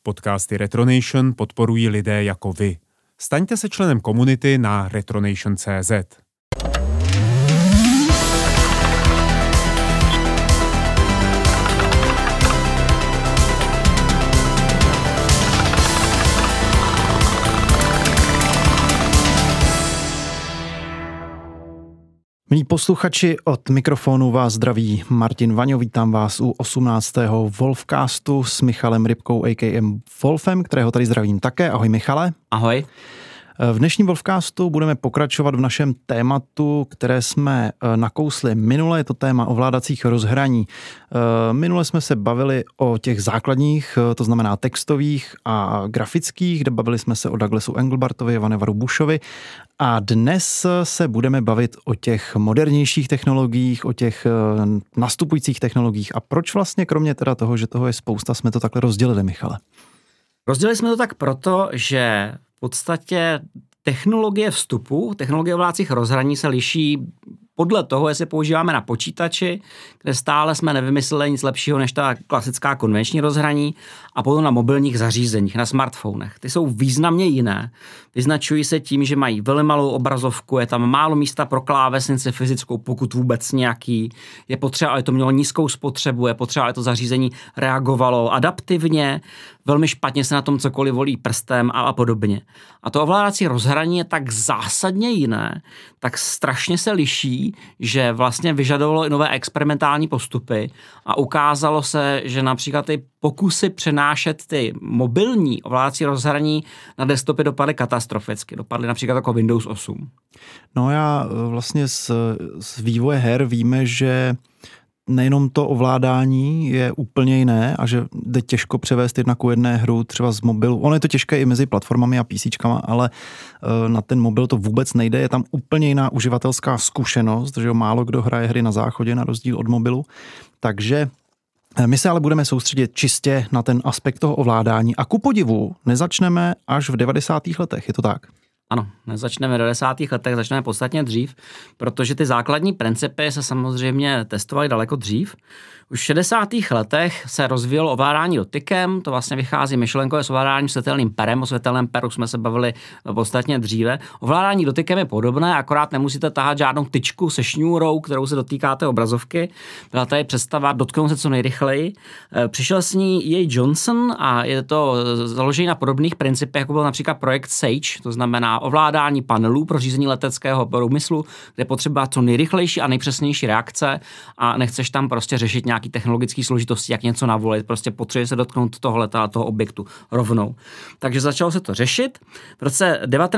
Podcasty Retronation podporují lidé jako vy. Staňte se členem komunity na retronation.cz. Milí posluchači, od mikrofonu vás zdraví Martin Vaňo, vítám vás u 18. Wolfcastu s Michalem Rybkou a.k.a. Wolfem, kterého tady zdravím také. Ahoj Michale. Ahoj. V dnešním Wolfcastu budeme pokračovat v našem tématu, které jsme nakousli minule, je to téma ovládacích rozhraní. Minule jsme se bavili o těch základních, to znamená textových a grafických, kde bavili jsme se o Douglasu Engelbartovi, Vannevaru Bushovi a dnes se budeme bavit o těch modernějších technologiích, o těch nastupujících technologiích a proč vlastně kromě teda toho, že toho je spousta, jsme to takhle rozdělili, Michale? Rozdělili jsme to tak proto, že v podstatě technologie vstupu, technologie ovládacích rozhraní se liší podle toho, jestli používáme na počítači, kde stále jsme nevymysleli nic lepšího než ta klasická konvenční rozhraní, a potom na mobilních zařízeních, na smartfonech. Ty jsou významně jiné. Vyznačují se tím, že mají velmi malou obrazovku, je tam málo místa pro klávesnici fyzickou, pokud vůbec nějaký. Je potřeba, aby to mělo nízkou spotřebu, je potřeba, aby to zařízení reagovalo adaptivně, velmi špatně se na tom cokoliv volí prstem a podobně. A to ovládací rozhraní je tak zásadně jiné, tak strašně se liší, že vlastně vyžadovalo i nové experimentální postupy a ukázalo se, že například ty pokusy přenášet ty mobilní ovládací rozhraní na desktopy dopadly katastroficky. Dopadly například jako Windows 8. No já vlastně z vývoje her víme, že nejenom to ovládání je úplně jiné a že jde těžko převést 1:1 hru třeba z mobilu. Ono je to těžké i mezi platformami a PCčkama, ale na ten mobil to vůbec nejde. Je tam úplně jiná uživatelská zkušenost, že málo kdo hraje hry na záchodě na rozdíl od mobilu. Takže my se ale budeme soustředit čistě na ten aspekt toho ovládání a ku podivu nezačneme až v 90. letech, je to tak? Ano, nezačneme v 90. letech, začneme podstatně dřív, protože ty základní principy se samozřejmě testovaly daleko dřív. Už v 60. letech se rozvíjelo ovládání dotykem, to vlastně vychází myšlenkové s ovládáním světelným perem, o světelném peru jsme se bavili podstatně dříve. Ovládání dotykem je podobné, akorát nemusíte tahat žádnou tyčku se šňůrou, kterou se dotýkáte obrazovky. Byla tady představa dotknout se co nejrychleji. Přišel s ní E.A. Johnson a je to založené na podobných principech, jako byl například projekt Sage, to znamená ovládání panelů pro řízení leteckého průmyslu, kde potřeba co nejrychlejší a nejpřesnější reakce a nechceš tam prostě řešit nějaký technologický složitosti, jak něco navolit, prostě potřebuje se dotknout toho letadla, toho objektu rovnou. Takže začalo se to řešit. V roce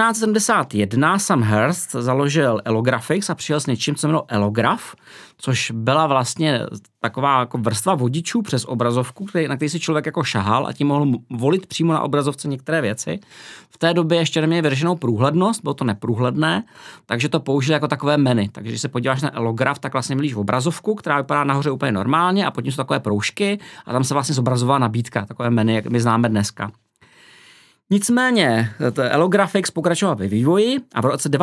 1971 Sam Herst založil Elographics a přijel s něčím, co se jmenovalo Elograph, což byla vlastně taková jako vrstva vodičů přes obrazovku, na který si člověk jako šahal a tím mohl volit přímo na obrazovce některé věci. V té době ještě neměli vyřešenou průhlednost, bylo to neprůhledné, takže to použili jako takové menu. Takže když se podíváš na Elograph, tak vlastně vidíš obrazovku, která vypadá nahoře úplně normálně a pod tím jsou takové proužky a tam se vlastně zobrazovala nabídka, takové menu, jak my známe dneska. Nicméně Elographics pokračoval ve vývoji a v roce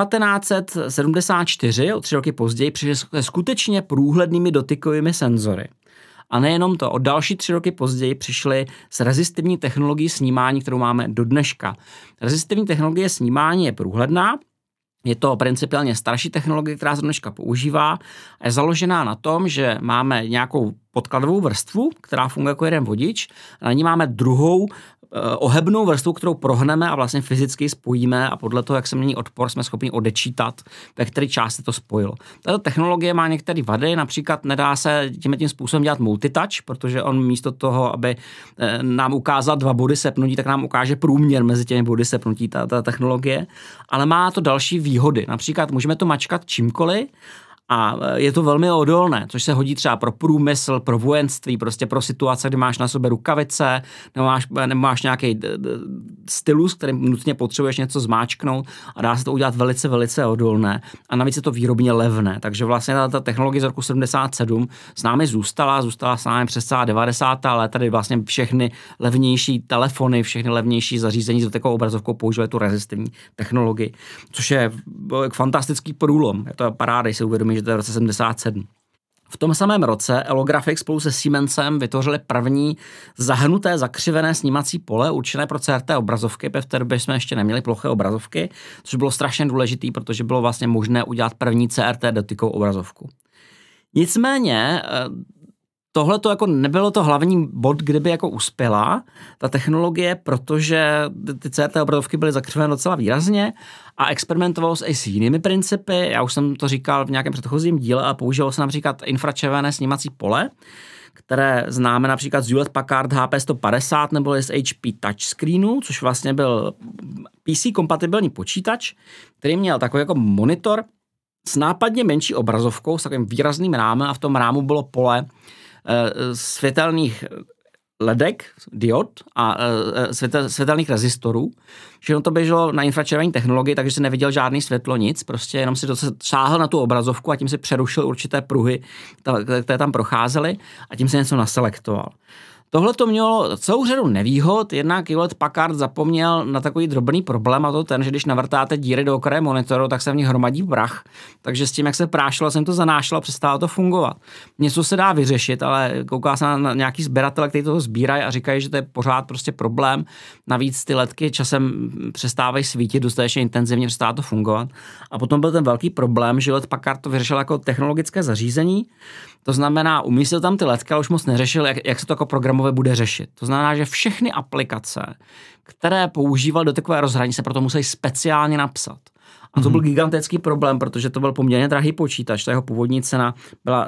1974, o 3 roky později, přišli se skutečně průhlednými dotykovými senzory. A nejenom to, o další 3 roky později přišli s rezistivní technologií snímání, kterou máme do dneška. Rezistivní technologie snímání je průhledná, je to principiálně starší technologie, která se dneška používá a je založená na tom, že máme nějakou podkladovou vrstvu, která funguje jako jeden vodič, a na ní máme druhou ohebnou vrstvu, kterou prohneme a vlastně fyzicky spojíme a podle toho, jak se mění odpor, jsme schopni odečítat, ve které části to spojilo. Tato technologie má některé vady, například nedá se tím způsobem dělat multitouch, protože on místo toho, aby nám ukázal 2 body sepnutí, tak nám ukáže průměr mezi těmi body sepnutí ta technologie, ale má to další výhody. Například můžeme to mačkat čímkoliv a je to velmi odolné, což se hodí třeba pro průmysl, pro vojenství, prostě pro situace, kdy máš na sobě rukavice, nebo máš nějaký stylus, kterým nutně potřebuješ něco zmáčknout a dá se to udělat velice, velice odolné. A navíc je to výrobně levné, takže vlastně ta technologie z roku 77 s námi zůstala s námi přes celá 90. let, tady vlastně všechny levnější telefony, všechny levnější zařízení s dotykovou obrazovkou používají tu rezistivní technologii, což je fantastický průlom. Je to paráda, když si uvědomí, že to je v roce 77. V tom samém roce Elographic spolu se Siemensem vytvořili první zahnuté, zakřivené snímací pole určené pro CRT obrazovky. V té době jsme ještě neměli ploché obrazovky, což bylo strašně důležité, protože bylo vlastně možné udělat první CRT dotykovou obrazovku. Nicméně tohle to jako nebylo to hlavní bod, kdyby jako uspěla ta technologie, protože ty CRT obrazovky byly zakřivené docela výrazně a experimentovalo se i s jinými principy. Já už jsem to říkal v nějakém předchozím díle a používalo se například infračervené snímací pole, které známe například z Hewlett-Packard HP150 nebo z HP touchscreenu, což vlastně byl PC kompatibilní počítač, který měl takový jako monitor s nápadně menší obrazovkou, s takovým výrazným rámem a v tom rámu bylo pole světelných ledek, diod a světelných rezistorů. Všechno to běželo na infračervené technologii, takže se neviděl žádný světlo, nic. Prostě jenom si to šáhl na tu obrazovku a tím si přerušil určité pruhy, které tam procházely a tím se něco naselektoval. Tohle to mělo celou řadu nevýhod, jednak Hewlett-Packard zapomněl na takový drobný problém a to ten, že když navrtáte díry do okraje monitoru, tak se v nich hromadí prach, takže s tím, jak se prášilo, jsem to zanášel a přestalo to fungovat. Něco se dá vyřešit, ale kouká se na nějaký sběratele, kteří toho sbírají a říkají, že to je pořád prostě problém. Navíc ty ledky časem přestávají svítit dostatečně intenzivně, přestává to fungovat. A potom byl ten velký problém, že Hewlett-Packard to vyřešil jako technologické zařízení. To znamená, umístil tam ty ledky, ale už moc neřešil, jak se to jako programové bude řešit. To znamená, že všechny aplikace, které používaly dotykové rozhraní, se proto musí speciálně napsat. A to byl gigantický problém, protože to byl poměrně drahý počítač. Ta jeho původní cena byla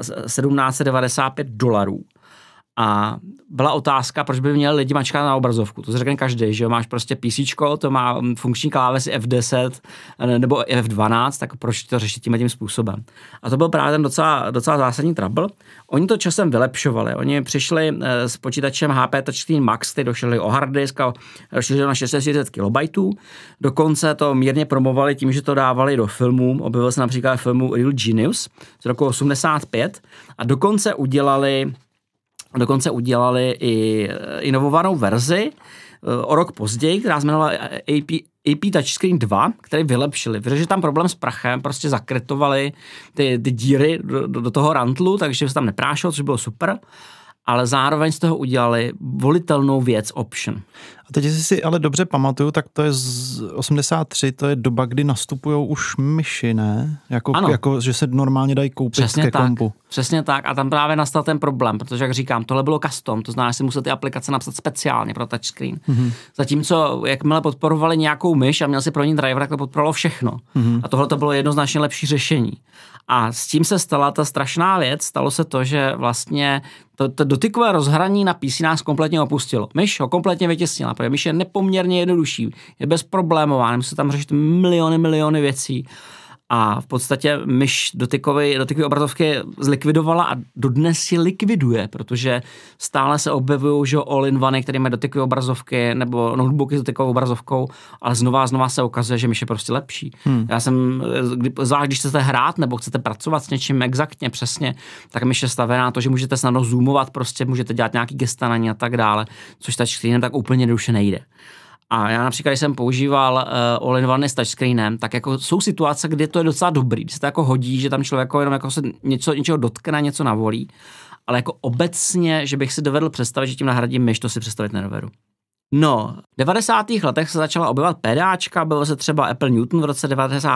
$1795. A byla otázka, proč by měli lidi mačkat na obrazovku. To se řekne každý, že máš prostě PCčko, to má funkční klávesy F10 nebo F12, tak proč to řešit tím způsobem. A to byl právě ten docela zásadní trouble. Oni to časem vylepšovali. Oni přišli s počítačem HP Touchscreen Max, který došli o hard disk a rozšířili na 640 KB. Dokonce to mírně promovali tím, že to dávali do filmů. Objevil se například filmu Real Genius z roku 85 a dokonce udělali i inovovanou verzi o rok později, která se jmenovala AP Touchscreen 2, který vylepšili. Vyřešili tam problém s prachem, prostě zakrytovali ty díry do toho rantlu, takže se tam neprášilo, což bylo super, ale zároveň z toho udělali volitelnou věc option. A teď, jestli si ale dobře pamatuju, tak to je z 83, to je doba, kdy nastupují už myši, ne? Jako že se normálně dají koupit ke kompu. Přesně tak. A tam právě nastal ten problém, protože, jak říkám, tohle bylo custom, to znamená, že si musel ty aplikace napsat speciálně pro touchscreen. Mm-hmm. Zatímco, jakmile podporovali nějakou myš a měl si pro ní driver, tak to podporovalo všechno. Mm-hmm. A tohle to bylo jednoznačně lepší řešení. A s tím se stala ta strašná věc, stalo se to, že vlastně to dotykové rozhraní na PC nás kompletně opustilo. Myš ho kompletně vytěsnila, protože myš je nepoměrně jednodušší, je bezproblémová, nemusí tam řešit miliony věcí. A v podstatě myš dotykové obrazovky zlikvidovala a dodnes ji likviduje, protože stále se objevují, že all-in-one, které mají dotykové obrazovky nebo notebooky s dotykovou obrazovkou, ale znova se ukazuje, že myš je prostě lepší. Já jsem, zvlášť když chcete hrát nebo chcete pracovat s něčím exaktně, přesně, tak myš je stavěná na to, že můžete snadno zoomovat, prostě můžete dělat nějaký gesta na ní a tak dále, což touchscreenem tak úplně jednoduše nejde. A já například, když jsem používal all-in-one s touchscreenem, tak jako jsou situace, kdy to je docela dobrý, kdy se to jako hodí, že tam člověk jenom jako se něčeho dotkne, něco navolí, ale jako obecně, že bych si dovedl představit, že tím nahradím myš, to si představit nedovedu. No, v 90. letech se začala objevovat PDAčka, byl se třeba Apple Newton v roce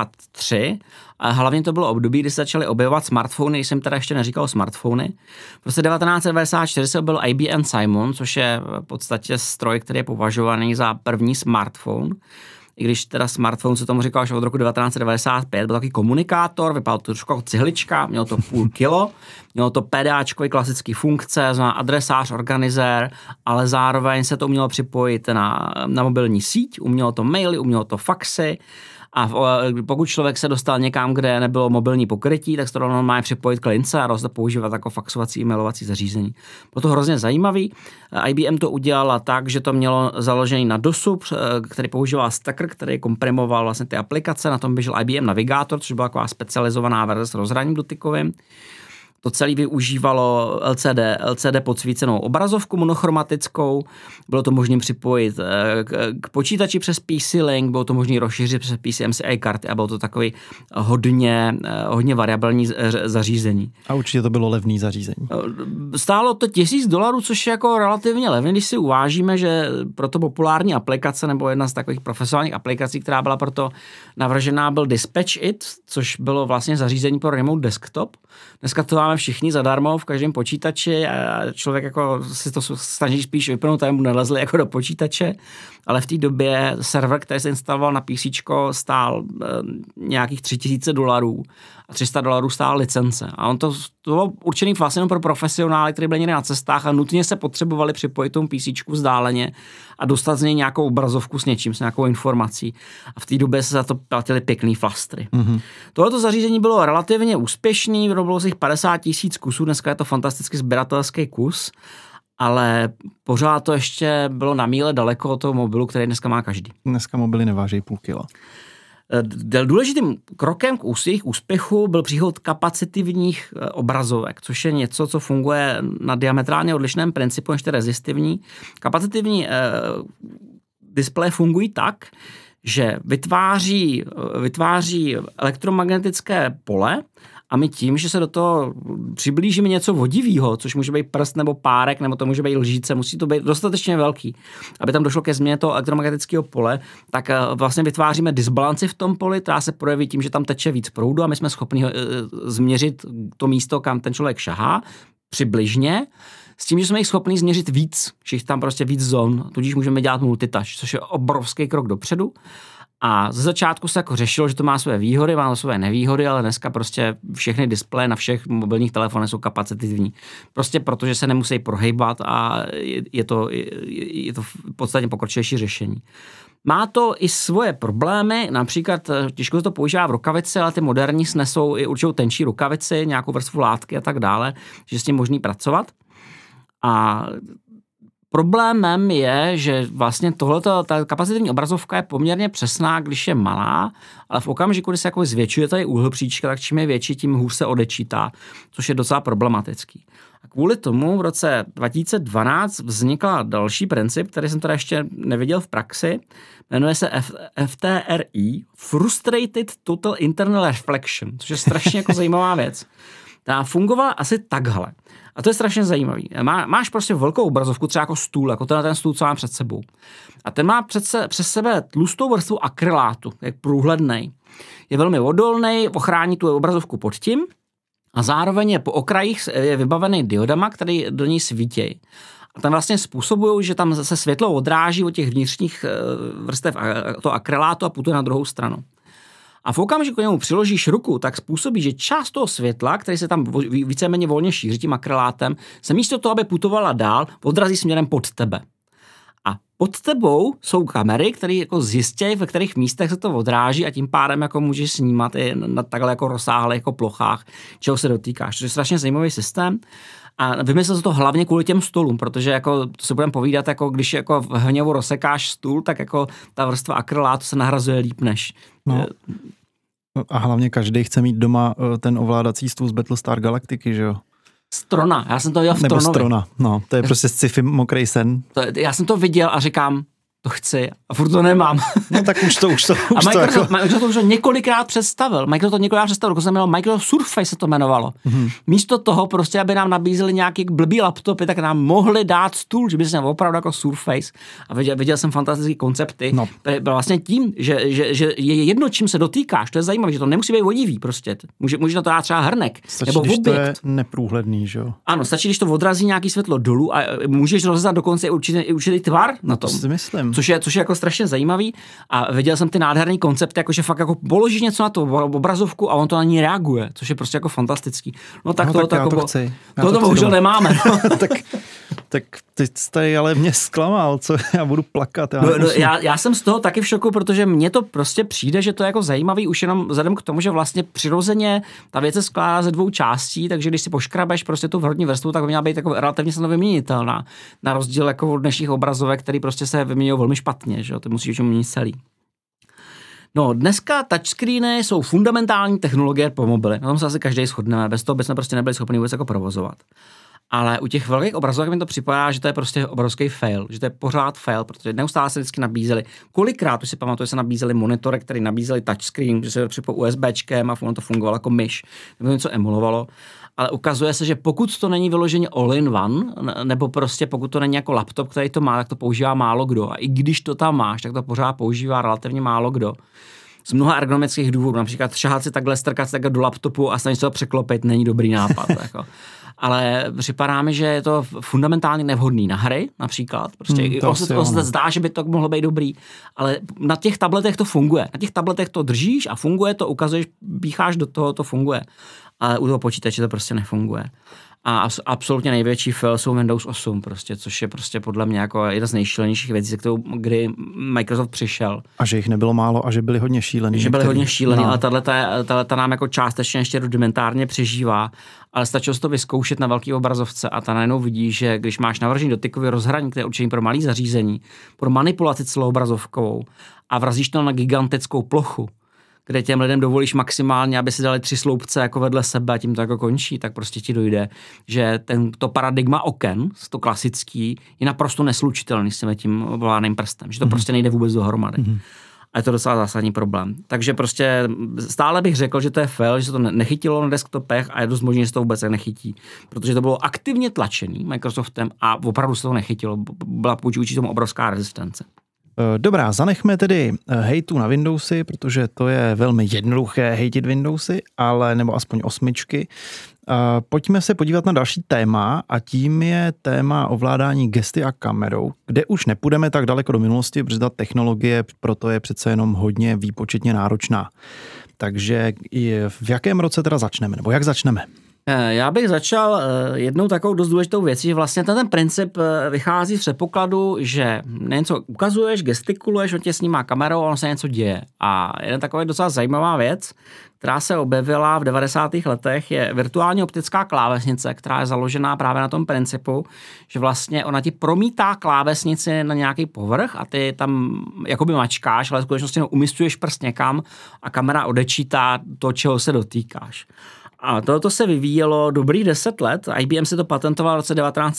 93 a hlavně to bylo období, kdy se začaly objevovat smartfony, když jsem teda ještě neříkal smartfony. V roce 1994 se objevil IBM Simon, což je v podstatě stroj, který je považovaný za první smartphone. I když teda smartphone se tomu říkal až od roku 1995, byl takový komunikátor, vypadal to trošku jako cihlička, mělo to půl kilo, mělo to PDAčkový klasický funkce, znamená adresář, organizér, ale zároveň se to umělo připojit na mobilní síť, umělo to maily, umělo to faxy. A pokud člověk se dostal někam, kde nebylo mobilní pokrytí, tak se to normálně připojit k lince a rozdat používat jako faxovací e-mailovací zařízení. Bylo to hrozně zajímavý. IBM to udělala tak, že to mělo založený na DOSu, který používal Stacker, který komprimoval vlastně ty aplikace. Na tom běžel IBM Navigator, což byla taková specializovaná verze s rozhraním dotykovým. To celé využívalo LCD podsvícenou obrazovku monochromatickou, bylo to možné připojit k počítači přes PC-Link, bylo to možné rozšířit přes PCMCI karty a bylo to takový hodně variabilní zařízení. A určitě to bylo levný zařízení. Stálo to $1000, což je jako relativně levný, když si uvážíme, že pro to populární aplikace nebo jedna z takových profesionálních aplikací, která byla proto navržená, byl DispatchIt, což bylo vlastně zařízení pro remote desktop. Dneska to máme všichni zadarmo v každém počítači a člověk jako si to snaží spíš vypnout, aby mu nelezli jako do počítače, ale v té době server, který se instaloval na PC, stál nějakých $3000 a $300 stál licence. A on to bylo určený vlastně jenom pro profesionály, kteří byli někde na cestách a nutně se potřebovali připojit tomu PC vzdáleně a dostat z něj nějakou obrazovku s něčím, s nějakou informací. A v té době se za to platili pěkný flastry. Mm-hmm. Tohleto zařízení bylo relativně úspěšný, vyrobilo se jich 50 000 kusů, dneska je to fantasticky sběratelský kus, ale pořád to ještě bylo na míle daleko od toho mobilu, který dneska má každý. Dneska mobily neváží půl kila. Důležitým krokem k jejich úspěchu byl příchod kapacitivních obrazovek, což je něco, co funguje na diametrálně odlišném principu než ty rezistivní. Kapacitivní displeje fungují tak, že vytváří elektromagnetické pole a my tím, že se do toho přiblížíme něco vodivého, což může být prst nebo párek, nebo to může být lžíce, musí to být dostatečně velký, aby tam došlo ke změně toho elektromagnetického pole, tak vlastně vytváříme disbalanci v tom poli, která se projeví tím, že tam teče víc proudu a my jsme schopni změřit to místo, kam ten člověk šahá, přibližně, s tím, že jsme jich schopni změřit víc, že jich tam prostě víc zón, tudíž můžeme dělat multitouch, což je obrovský krok dopředu. A ze začátku se jako řešilo, že to má své výhody, má to své nevýhody, ale dneska prostě všechny displeje na všech mobilních telefonech jsou kapacitivní. Prostě protože se nemusí prohejbat a je to v podstatě pokročilejší řešení. Má to i svoje problémy, například těžko se to používá v rukavici, ale ty moderní snesou i určitou tenčí rukavici, nějakou vrstvu látky a tak dále, že s tím možný pracovat. A problémem je, že vlastně ta kapacitivní obrazovka je poměrně přesná, když je malá, ale v okamžiku, kdy se jako zvětšuje tady úhl příčka, tak čím je větší, tím hůř se odečítá, což je docela problematický. A kvůli tomu v roce 2012 vznikl další princip, který jsem teda ještě neviděl v praxi, jmenuje se FTRI, Frustrated Total Internal Reflection, což je strašně jako zajímavá věc. Ta fungovala asi takhle. A to je strašně zajímavý. Máš prostě velkou obrazovku, třeba jako stůl, jako ten stůl, co mám před sebou. A ten má přes sebe tlustou vrstvu akrylátu, jak průhlednej. Je velmi odolný, ochrání tu obrazovku pod tím a zároveň je po okrajích je vybavený diodama, které do ní svítějí. A tam vlastně způsobují, že tam se světlo odráží od těch vnitřních vrstev toho akrylátu a putuje na druhou stranu. A v okamžiku, němu přiložíš ruku, tak způsobí, že část toho světla, který se tam víceméně volně šíří tím akrylátem, se místo toho, aby putovala dál, odrazí směrem pod tebe. A pod tebou jsou kamery, které jako zjistějí, ve kterých místech se to odráží a tím pádem jako můžeš snímat i na takhle jako rozsáhlých jako plochách, čeho se dotýkáš. To je strašně zajímavý systém. A vymyslel se to hlavně kvůli těm stolům, protože jako to se budeme povídat, jako když jako v hněvu rozsekáš stůl, tak jako ta vrstva akrylátu se nahrazuje líp než. No. A hlavně každý chce mít doma ten ovládací stůl z Battlestar Galactiky, že jo? Strona, já jsem to viděl v Nebo Tronovi. Strona, no, to je prostě sci-fi mokrý sen. Já jsem to viděl a říkám, to chci a furt to nemám. No tak už to a Microsoft to už několikrát představil. Dokonce jmenovalo Microsoft Surface se to jmenovalo. Mm-hmm. Místo toho prostě, aby nám nabízeli nějaký blbý laptopy, tak nám mohli dát stůl, že by se opravdu jako Surface. A viděl jsem fantastické koncepty. No. Vlastně tím, že je jedno, čím se dotýkáš, to je zajímavé, že to nemusí být vodivý prostě. Může to dát třeba hrnek. Stačí, nebo když objekt. To je neprůhledný, že jo? Ano, stačí, když to odrazí nějaký světlo dolů a můžeš rozeznat dokonce určitý tvar na tom. To si myslím. Což je jako strašně zajímavý a viděl jsem ty nádherný koncepty, jakože fakt jako položíš něco na tu obrazovku a on to na ní reaguje, což je prostě jako fantastický. No tak to chci. To bohužel nemáme. tak ty jsi ale mě zklamal, co já budu plakat. Já jsem z toho taky v šoku, protože mně to prostě přijde, že to je jako zajímavý už jenom vzhledem k tomu, že vlastně přirozeně ta věc se skládá ze dvou částí, takže když si poškrabeš prostě tu horní vrstvu, tak by měla být jako relativně snadno vyměnitelná. Na rozdíl jako od dnešních obrazovek, který prostě se vyměňují velmi špatně, že jo, ty musíš měnit celý. No, dneska touchscreeny jsou fundamentální technologie pro mobily. Na tom se asi každý shodneme, bez toho bychom prostě nebyli schopni vůbec jako provozovat. Ale u těch velkých obrazovek mi to připadá, že to je prostě obrovský fail, že to je pořád fail, protože neustále se vždycky nabízeli. Kolikrát, už si pamatuju, se nabízeli monitory, které nabízeli touchscreen, že se připojil USBčkem a ono to fungovalo jako myš, nebo něco emulovalo. Ale ukazuje se, že pokud to není vyloženě all-in-one, nebo prostě pokud to není jako laptop, který to má, tak to používá málo kdo. A i když to tam máš, tak to pořád používá relativně málo kdo. Z mnoha ergonomických důvodů, například šahat si takhle, strkat se do laptopu a snažit se to překlopit, není dobrý nápad. Jako. Ale připadá mi, že je to fundamentálně nevhodný na hry, například. Prostě to se zdá, že by to mohlo být dobrý, ale na těch tabletech to funguje. Na těch tabletech to držíš a funguje to, ukazuješ, pícháš do toho, to funguje. Ale u toho počítače to prostě nefunguje. A absolutně největší fail jsou Windows 8, prostě, což je prostě podle mě jako jedna z nejšílenějších věcí, se kterou kdy Microsoft přišel. A že jich nebylo málo a že byli hodně šílený. Že byli hodně šílený, no. Ale tato nám jako částečně ještě rudimentárně přežívá, ale stačilo si to vyzkoušet na velký obrazovce a ta najednou vidí, že když máš navržený dotykový rozhraní, které je určený pro malý zařízení, pro manipulaci celou obrazovkovou a vrazíš to na gigantickou plochu, kde těm lidem dovolíš maximálně, aby si dali 3 sloupce jako vedle sebe a tím to jako končí, tak prostě ti dojde, že to paradigma oken, to klasický, je naprosto neslučitelný s tím ovládaným prstem, že to prostě nejde vůbec dohromady. A je to docela zásadní problém. Takže prostě stále bych řekl, že to je fail, že se to nechytilo na desktopech a je dost možné, že se to vůbec nechytí. Protože to bylo aktivně tlačený Microsoftem a opravdu se to nechytilo. Byla vůči tomu obrovská rezistence. Dobrá, zanechme tedy hejtu na Windowsy, protože to je velmi jednoduché hejtit Windowsy, ale nebo aspoň 8. Pojďme se podívat na další téma a tím je téma ovládání gesty a kamerou, kde už nepůjdeme tak daleko do minulosti, protože ta technologie proto je přece jenom hodně výpočetně náročná. Takže v jakém roce teda začneme, nebo jak začneme? Já bych začal jednou takovou dost důležitou věcí, že vlastně ten princip vychází z předpokladu, že něco ukazuješ, gestikuluješ, on tě snímá kamerou a on se něco děje. A jeden takový docela zajímavá věc, která se objevila v 90. letech, je virtuální optická klávesnice, která je založená právě na tom principu, že vlastně ona ti promítá klávesnici na nějaký povrch a ty tam jakoby mačkáš, ale v skutečnosti umístuješ prst někam a kamera odečítá to, čeho se dotýkáš. A toto se vyvíjelo dobrých 10 let. IBM si to patentoval v roce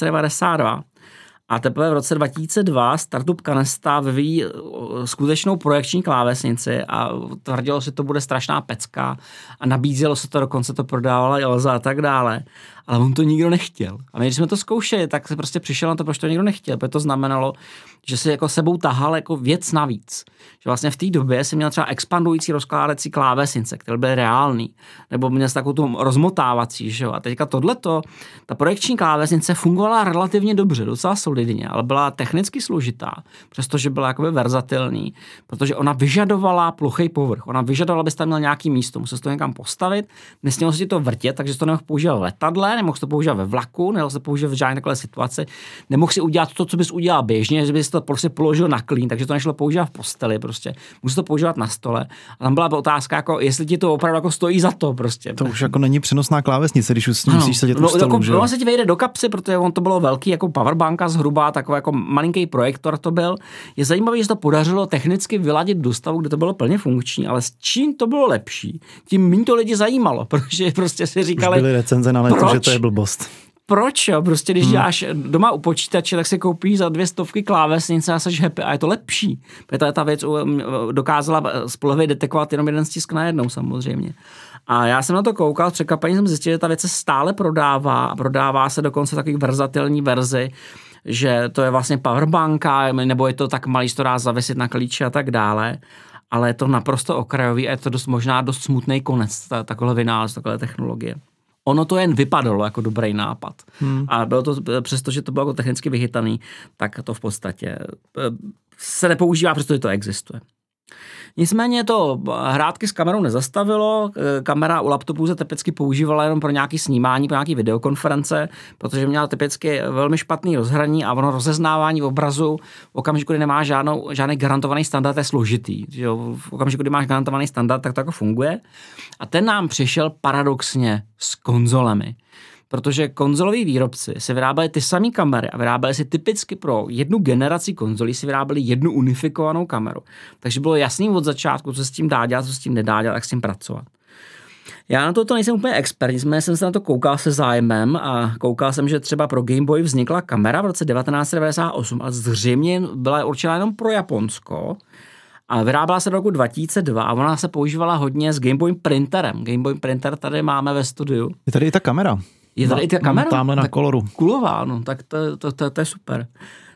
1992. A teprve v roce 2002 startup Canesta vyvíjí skutečnou projekční klávesnici a tvrdilo se, že to bude strašná pecka a nabízelo se to, dokonce to prodávala Elza a tak dále. Ale on to nikdo nechtěl. A my, když jsme to zkoušeli, tak se prostě přišel na to, proč to nikdo nechtěl. Protože to znamenalo, že si jako sebou tahal jako věc navíc. Že vlastně v té době si měl třeba expandující rozkládací klávesnice, které byly reální. Nebo měl takovou tu rozmotávací, že jo. A teďka tohleto, ta projekční klávesnice fungovala relativně dobře, docela solidně, ale byla technicky složitá, přestože byla jakoby verzatilní, protože ona vyžadovala plochý povrch. Ona vyžadovala, abyste tam měl nějaký místo, musel to někam postavit, nesmělo se ti to vrtět, takže to nemohl používat v letadle, nemohl to používat ve vlaku, nemohl se používat v žádné takové situaci, nemohl si udělat to, co bys udělal běžně, že bys to prostě položil na klín, takže to nešlo používat v posteli, prostě. Musel to používat na stole. A tam byla otázka, jako, jestli ti to opravdu jako stojí za to, prostě. To už jako není přenosná klávesnice, když už s tím musíš sedět u stolu, jako, že jo? On se ti vejde do kapsy, protože on to bylo velký jako powerbanka zhruba, takový jako malinký projektor to byl. Je zajímavé, že to podařilo technicky vyladit do stavu, kde to bylo plně funkční, ale s čím to bylo lepší, tím méně to lidi zajímalo, protože prostě si říkali, už byly recenze na netu, že to je blbost. Proč, jo? Prostě když děláš doma u počítače, tak si koupíš za 200 klávesnice a jsi happy a je to lepší. Protože ta věc dokázala spolehlivě detekovat jenom jeden stisk najednou samozřejmě. A já jsem na to koukal, překvapeně jsem zjistil, že ta věc se stále prodává a prodává se dokonce v takových verzatilní verzi, že to je vlastně powerbanka, nebo je to tak malý, že to dá zavěsit na klíči a tak dále. Ale je to naprosto okrajový a je to možná dost smutný konec takové vynález, takové technologie. Ono to jen vypadalo jako dobrý nápad. A bylo to, přestože to bylo jako technicky vychytaný, tak to v podstatě se nepoužívá, přestože to existuje. Nicméně to hrátky s kamerou nezastavilo, kamera u laptopů se typicky používala jenom pro nějaké snímání, pro nějaké videokonference, protože měla typicky velmi špatný rozhraní a ono rozeznávání obrazu v okamžiku, kdy nemá žádný garantovaný standard, je složitý. V okamžiku, kdy máš garantovaný standard, tak to jako funguje. A ten nám přišel paradoxně s konzolemi. protože konzoloví výrobci si vyráběli ty samé kamery a vyráběli si typicky pro jednu generaci konzolí si vyráběli jednu unifikovanou kameru. Takže bylo jasný od začátku, co s tím dá dělat, co s tím nedá dělat, jak s tím pracovat. Já na to nejsem úplně expert, nicméně jsem se na to koukal se zájmem a koukal jsem, že třeba pro Game Boy vznikla kamera v roce 1998, ale zřejmě byla určena jenom pro Japonsko a vyráběla se do roku 2002 a ona se používala hodně s Game Boy printerem. Game Boy printer tady máme ve studiu. Je tady i ta kamera. Je tady i ta kamera? Tamhle na koloru. Kulová, no, tak to je super.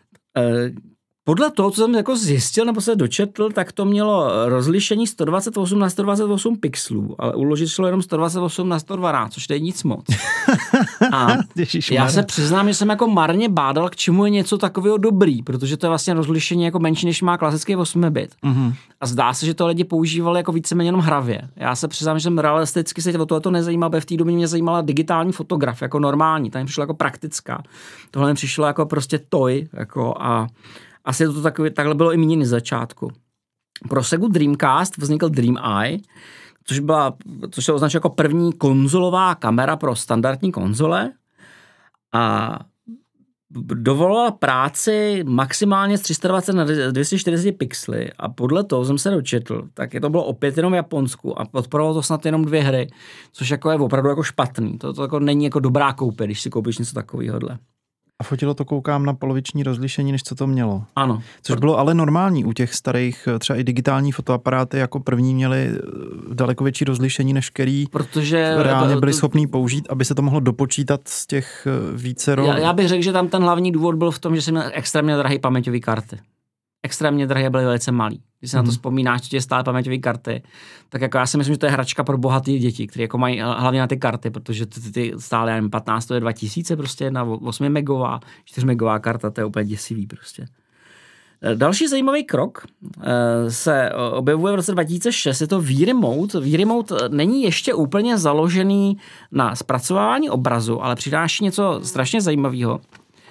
Podle toho, co jsem jako zjistil nebo se dočetl, tak to mělo rozlišení 128 na 128 pixelů, ale uložit šlo jenom 128 na 112, což je nic moc. A já se přiznám, že jsem jako marně bádal, k čemu je něco takového dobrý, protože to je vlastně rozlišení jako menší, než má klasický 8-bit. Mm-hmm. A zdá se, že to lidi používali jako víceméně jenom hravě. Já se přiznám, že jsem realisticky se o tohle nezajímal, v té době mě zajímala digitální fotografie jako normální, tam přišla jako praktická. Tohle mi přišlo jako prostě toy, jako a asi to takhle bylo i míněno z začátku. Pro Segu Dreamcast vznikl Dream Eye, což se označuje jako první konzolová kamera pro standardní konzole a dovolovala práci maximálně z 320 na 240 pixely a podle toho jsem se dočetl, tak to bylo opět jenom v Japonsku a podporovalo to snad jenom 2 hry, což jako je opravdu jako špatný. To jako není jako dobrá koupě, když si koupíš něco takovýhodle. A fotilo to, koukám, na poloviční rozlišení, než co to mělo. Ano. Což bylo ale normální u těch starých, třeba i digitální fotoaparáty jako první měly daleko větší rozlišení, než který reálně byli schopní použít, aby se to mohlo dopočítat z těch vícero. Já bych řekl, že tam ten hlavní důvod byl v tom, že jsem měl extrémně drahé paměťové karty. Extrémně drahé, byly velice malý. Když se na to vzpomínáš, co tě stále paměťové karty, tak jako já si myslím, že to je hračka pro bohaté děti, které jako mají hlavně na ty karty, protože ty stále, já nevím, 15, to je 2000 prostě, jedna 8 megová, 4 megová karta, to je úplně děsivý prostě. Další zajímavý krok se objevuje v roce 2006, je to V-Remote. V-Remote není ještě úplně založený na zpracování obrazu, ale přináší něco strašně zajímavého.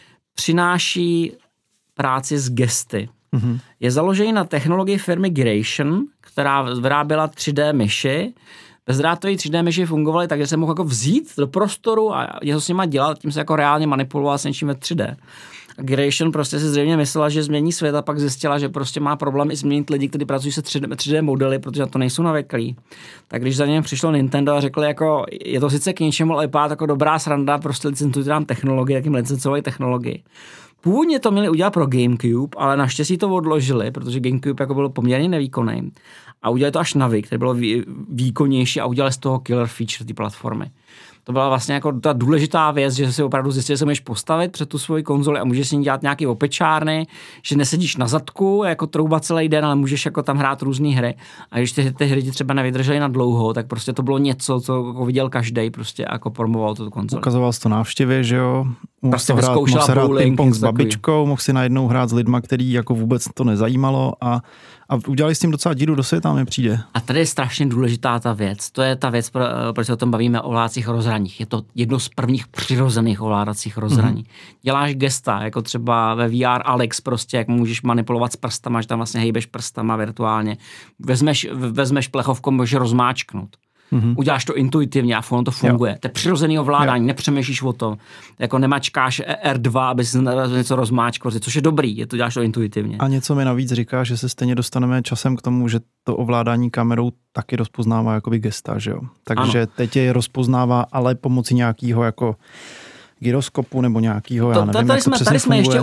Přináší práci s gesty. Mm-hmm. Je založený na technologii firmy Giration, která vyráběla 3D myši. Bezdrátové 3D myši fungovaly tak, že se mohl jako vzít do prostoru a něco s nima dělat, tím se jako reálně manipuloval s něčím ve 3D. A Giration prostě si zřejmě myslela, že změní svět a pak zjistila, že prostě má problém i změnit lidi, kteří pracují se 3D modely, protože na to nejsou navyklí. Tak když za něm přišlo Nintendo a řekli, jako je to sice k něčemu, ale vypadá jako dobrá sranda, prostě licencujte nám technologii, jakým licencovali technologii. Původně to měli udělat pro GameCube, ale naštěstí to odložili, protože GameCube jako byl poměrně nevýkonný. A udělali to až na Wii, který bylo výkonnější a udělali z toho killer feature té platformy. To byla vlastně jako ta důležitá věc, že si opravdu zjistil, že se můžeš postavit před tu svoji konzoli a můžeš s ní dělat nějaký opečárny, že nesedíš na zadku jako trouba celý den, ale můžeš jako tam hrát různé hry. A když ty hry ti třeba nevydržely na dlouho, tak prostě to bylo něco, co jako viděl každej prostě jako promoval tu konzoli. Ukazoval jsi to návštěvě, že jo? Prostě mohl hrát ping-pong s babičkou, mohl si najednou hrát s lidma, který jako vůbec to nezajímalo a udělali s tím docela díru do světa, mi přijde. A tady je strašně důležitá ta věc. To je ta věc, proč se o tom bavíme, o ovládacích rozhraních. Je to jedno z prvních přirozených ovládacích rozhraní. Děláš gesta, jako třeba ve VR Alex prostě, jak můžeš manipulovat s prstama, že tam vlastně hejbeš prstama virtuálně. Vezmeš plechovku, můžeš rozmáčknout. Uděláš to intuitivně a ono to funguje. To je přirozený ovládání, nepřemýšlíš o tom. Jako nemačkáš R2, aby si něco rozmáčkl, což je dobrý, děláš to intuitivně. A něco mi navíc říká, že se stejně dostaneme časem k tomu, že to ovládání kamerou taky rozpoznává jakoby gesta, že jo. Takže ano. Teď je rozpoznává, ale pomocí nějakého jako gyroskopu nebo nějakého, já nevím, jak to přesně tady jsme ještě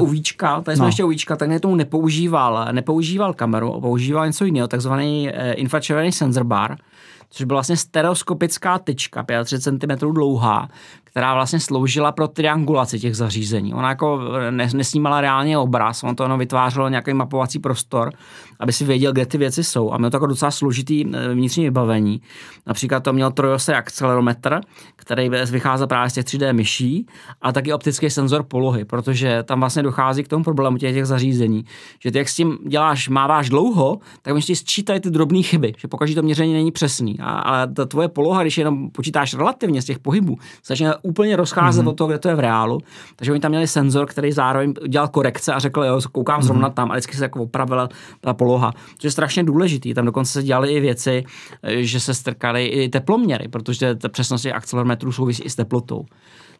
u Víčka, tak tomu nepoužíval kameru, používal něco jiného, takzvaný infračervený sensor bar, což byla vlastně stereoskopická tyčka, 35 cm dlouhá, která vlastně sloužila pro triangulaci těch zařízení. Ona jako nesnímala reálně obraz, on to ono vytvářelo nějaký mapovací prostor, aby si věděl, kde ty věci jsou. A mělo to jako docela složitý vnitřní vybavení. Například to měl trojosý akcelerometr, který vycházel právě z těch 3D myší, a taky optický senzor polohy, protože tam vlastně dochází k tomu problému těch zařízení, že ty jak s tím máváš dlouho, tak oni ti sčítají ty drobné chyby, že pokaždé to měření není přesný. Ale ta tvoje poloha, když jenom počítáš relativně z těch pohybů, začne úplně rozcházet od toho, kde to je v reálu. Takže oni tam měli senzor, který zároveň dělal korekce a řekl, jo, koukám zrovna tam, a vždycky se jako opravila ta poloha. Což je strašně důležitý. Tam dokonce se dělaly i věci, že se strkaly i teploměry, protože ta přesnost těch akcelerometrů souvisí i s teplotou.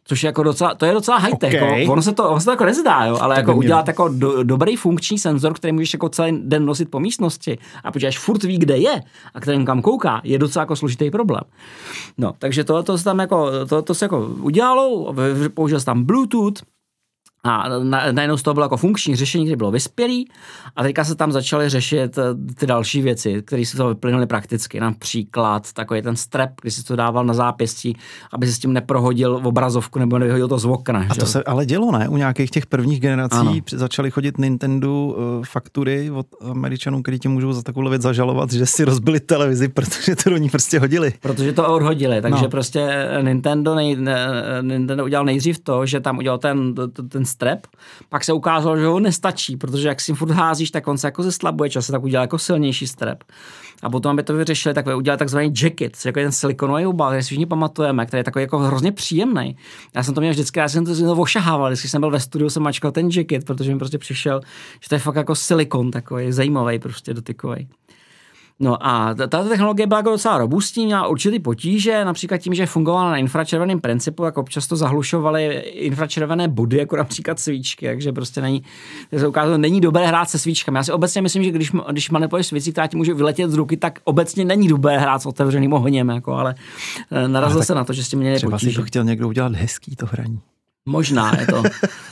Což je jako docela high-tech. Okay. Ono se to jako nezdá, jo, ale jako udělat jako dobrý funkční senzor, který můžeš jako celý den nosit po místnosti a protože furt ví, kde je a kterým kam kouká, je docela jako složitý problém. No, takže to se jako udělalo, použil se tam Bluetooth, a najednou z toho bylo jako funkční řešení, které bylo vyspělý a teďka se tam začaly řešit ty další věci, které se to vyplynuly prakticky. Například takový ten strap, kdy si to dával na zápěstí, aby se s tím neprohodil obrazovku nebo nevyhodil to z okna. A to se ale dělo, ne? U nějakých těch prvních generací ano. Začaly chodit Nintendo faktury od Američanů, kteří tě můžou za takovou věc zažalovat, že si rozbili televizi, protože to do ní prostě hodili. Protože to odhodili, takže prostě Nintendo udělal nejdřív to, že tam udělal ten strap, pak se ukázalo, že ho nestačí, protože jak si furt házíš, tak on se jako zeslabuje, čas se tak udělal jako silnější strap. A potom, aby to vyřešili, tak udělali takzvaný jacket, což je jako ten silikonový obal, který si všichni pamatujeme, který je takový jako hrozně příjemný. Já jsem to měl vždycky, já jsem to ošahával, když jsem byl ve studiu, jsem mačkal ten jacket, protože mi prostě přišel, že to je fakt jako silikon takový zajímavý, prostě dotykový. No a tato technologie byla jako docela robustní, měla určitý potíže, například tím, že fungovala na infračerveném principu, jako občas to zahlušovaly infračervené body, jako například svíčky, takže prostě se ukázalo, není dobré hrát se svíčkami. Já si obecně myslím, že když manipuluješ svící, která ti může vyletět z ruky, tak obecně není dobré hrát s otevřeným ohněm, jako, ale narazil se na to, že s tím měli třeba potíže. Třeba si to chtěl někdo udělat hezký to hraní. Možná je to.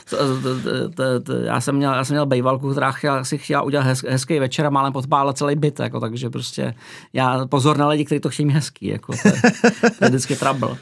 Já jsem měl bejvalku, která si chtěla udělat hezký večer a málem podpála celý byt, jako, takže prostě já pozor na lidi, kteří to chtějí hezký, jako, to je vždycky trouble.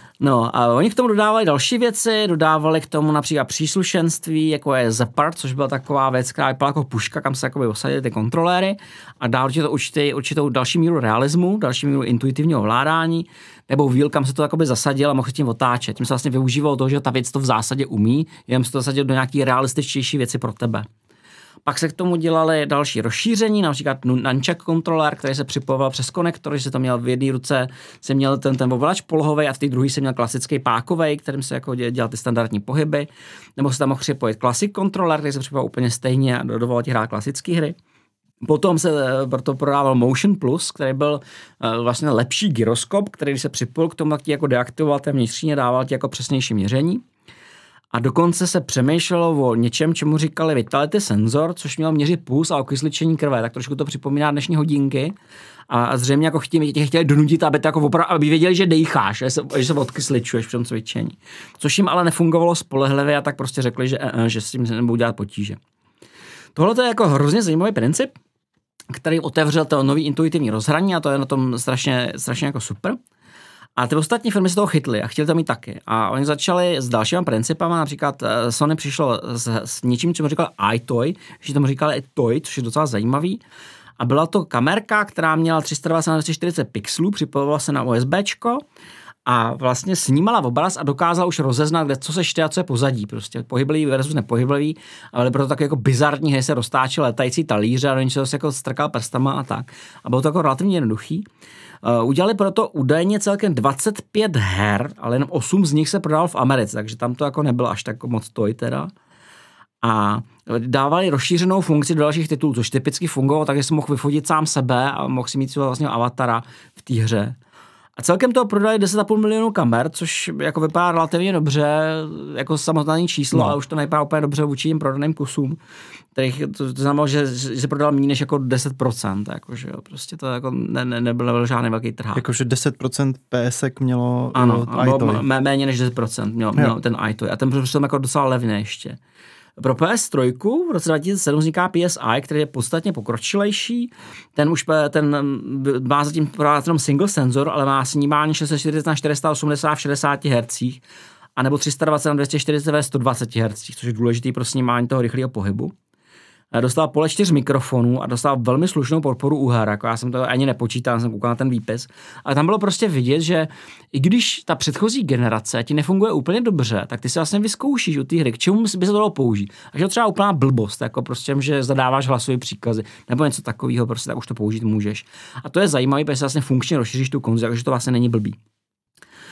No a oni k tomu dodávali další věci, dodávali k tomu například příslušenství, jako je Zapper, což byla taková věc, která vypadala jako puška, kam se jakoby osadily ty kontroléry a dál to určitou další míru realismu, další míru intuitivního ovládání, nebo wheel, kam se to jakoby zasadil a mohl tím otáčet. Tím se vlastně využívalo toho, že ta věc to v zásadě umí, jenom se to zasadil do nějaký realističtější věci pro tebe. Pak se k tomu dělali další rozšíření, například nunchuck kontroler, který se připojoval přes konektor, že se to měl v jedné ruce, se měl ten ovladač polohový a v té druhé se měl klasický pákovej, kterým se jako dělal ty standardní pohyby, nebo se tam mohl připojit Classic kontroler, který se připojoval úplně stejně a dovolil ti hrát klasické hry. Potom se proto prodával Motion Plus, který byl vlastně lepší gyroskop, který když se připojil k tomu, tak ti jako deaktivoval ten vnitřně, dával ti jako přesnější měření. A dokonce se přemýšlelo o něčem, čemu říkali vitality senzor, což měl měřit puls a okysličení krve. Tak trošku to připomíná dnešní hodinky. A zřejmě jako chtěli donutit, aby, aby věděli, že dejcháš, že se odkysličuješ při tom cvičení. Což jim ale nefungovalo spolehlivě a tak prostě řekli, že s tím se nebudou dělat potíže. Tohle je jako hrozně zajímavý princip, který otevřel to nový intuitivní rozhraní a to je na tom strašně jako super. A ty ostatní firmy se toho chytly a chtěli to mít taky. A oni začali s dalšíma principama, například Sony přišlo s něčím, čemu říkal iToy, že tomu říkali Toy, což je docela zajímavý. A byla to kamerka, která měla 320x240 pixelů, připojovala se na USBčko a vlastně snímala obraz a dokázala už rozeznat, co se čte a co je pozadí. Prostě pohyblivý versus nepohyblivý, ale proto taky jako bizarní hry se roztáčely letající talíře a do něčeho se jako strkal prstama a tak. A bylo to jako relativně jednoduchý. Udělali proto údajně celkem 25 her, ale jenom 8 z nich se prodal v Americe, takže tam to jako nebylo až tak moc toj teda. A dávali rozšířenou funkci do dalších titulů, což typicky fungovalo, takže si mohl vyfotit sám sebe a mohl si mít svého vlastního avatara v té hře. A celkem toho prodali 10,5 milionů kamer, což jako vypadá relativně dobře, jako samotné číslo, ale už to nevypadá úplně dobře vůči těm prodaným kusům. To znamenalo, že se prodal méně než jako 10%, jakože jo, prostě to jako nebyl žádný velký trhák. Jakože 10% PSek mělo iToy. Méně než 10% měl ten iToy a ten byl jako docela levný ještě. Pro PS3 v roce 2007 vzniká PSI, který je podstatně pokročilejší. Ten má zatím jenom single senzor, ale má snímání 640 na 480 v 60 Hz a nebo 320 na 240 ve 120 Hz, což je důležitý pro snímání toho rychlého pohybu. Dostal pole 4 mikrofonů a dostal velmi slušnou podporu u her, jako já jsem to ani nepočítal, jsem koukal na ten výpis, ale tam bylo prostě vidět, že i když ta předchozí generace ti nefunguje úplně dobře, tak ty si vlastně vyzkoušíš u té hry, k čemu by se to dalo použít. Takže to třeba úplná blbost, jako prostě, že zadáváš hlasové příkazy nebo něco takového, prostě tak už to použít můžeš. A to je zajímavé, protože vlastně funkčně rozšíříš tu konzoli, takže to vlastně není blbý.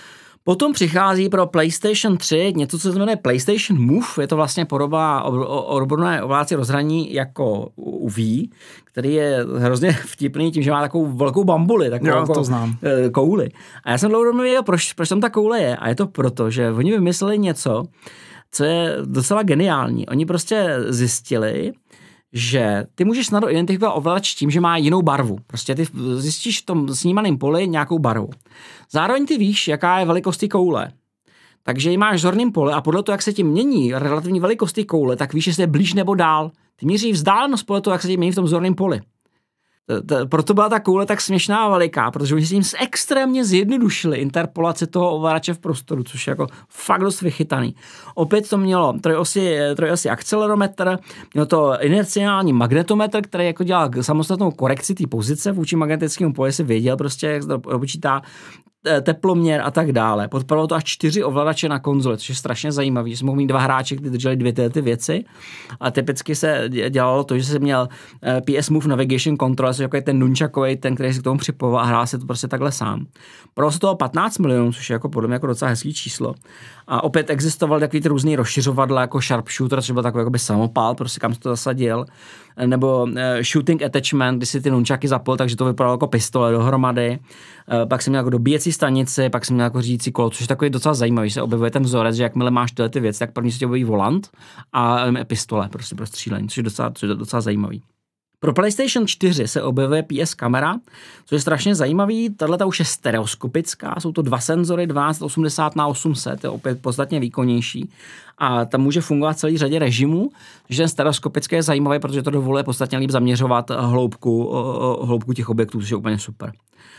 Potom přichází pro PlayStation 3 něco, co se jmenuje PlayStation Move. Je to vlastně podoba odborné ovládací rozhraní jako u Wii, který je hrozně vtipný tím, že má takovou velkou bambuli, takovou jo, to znám. Kouli. A já jsem dlouhodobě věděl, proč tam ta koule je. A je to proto, že oni vymysleli něco, co je docela geniální. Oni prostě zjistili, že ty můžeš snadno identifikovat ovladač tím, že má jinou barvu. Prostě ty zjistíš v tom snímaném poli nějakou barvu. Zároveň ty víš, jaká je velikost té koule. Takže ji máš v zorném poli a podle toho, jak se ti mění relativní velikost té koule, tak víš, jestli je blíž nebo dál. Ty měří vzdálenost podle toho, jak se ti mění v tom zorném poli. Proto byla ta koule tak směšná a veliká, protože oni s tím extrémně zjednodušili interpolaci toho ovladače v prostoru, což je jako fakt dost vychytaný. Opět to mělo trojosý akcelerometr, mělo to inerciální magnetometr, který jako dělal samostatnou korekci té pozice vůči magnetickému poli, si věděl prostě, jak se to počítá, teploměr a tak dále. Podporovalo to až 4 ovladače na konzoli, což je strašně zajímavý, že jsme mohli mít 2 hráče, kteří drželi 2 ty věci. A typicky se dělalo to, že se měl PS Move Navigation Control, což je ten nunchakovej, ten, který se k tomu připoval a hrál se to prostě takhle sám. Pro se toho 15 milionů, což je jako podle mě jako docela hezký číslo. A opět existovaly takový ty různý rozšiřovadla jako sharpshooter, třeba takový jakoby samopál, prostě kam se to zasadil, nebo shooting attachment, kdy si ty nunchaky zapl, takže to vypadalo jako pistole dohromady. Pak jsem měl jako dobíjecí stanici, pak jsem měl jako řídící kolo, což je takový docela zajímavý, že se objevuje ten vzorec, že jakmile máš tyhle ty věci, tak první se tě objeví volant a pistole prostě pro střílení, což je docela zajímavý. Pro PlayStation 4 se objevuje PS kamera, což je strašně zajímavý. Tato už je stereoskopická, jsou to 2 senzory 1280x800, je opět podstatně výkonnější a tam může fungovat celý řadě režimů, takže ten stereoskopický je zajímavý, protože to dovoluje podstatně líp zaměřovat hloubku těch objektů, což je úplně super.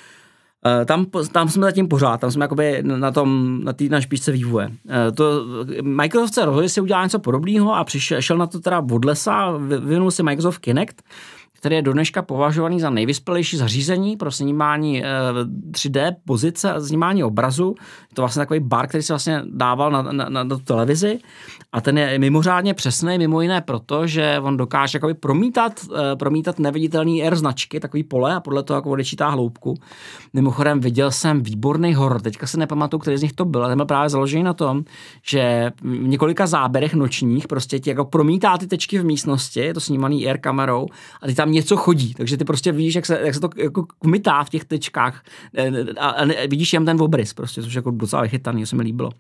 Tam jsme zatím pořád, tam jsme jakoby na té špičce vývoje. Microsoft se rozhodl, že si udělá něco podobného a šel na to teda od lesa, vyvinul si Microsoft Kinect, který je do dneška považovaný za nejvyspělejší zařízení pro snímání 3D pozice a snímání obrazu. Je to vlastně takový bar, který se vlastně dával na televizi a ten je mimořádně přesný, mimo jiné proto, že on dokáže jakoby promítat neviditelný R značky, takový pole a podle toho jako odečítá hloubku. Mimochodem viděl jsem výborný horor, teďka se nepamatuju, který z nich to byl, ale ten byl právě založený na tom, že v několika záběrech nočních prostě ti jako promítá ty tečky v místnosti, je to snímaný R kamerou a ty tam něco chodí, takže ty prostě vidíš, jak se to jako kmitá v těch tečkách a vidíš jen ten obrys, prostě, což je jako docela vychytaný, to se mi líbilo.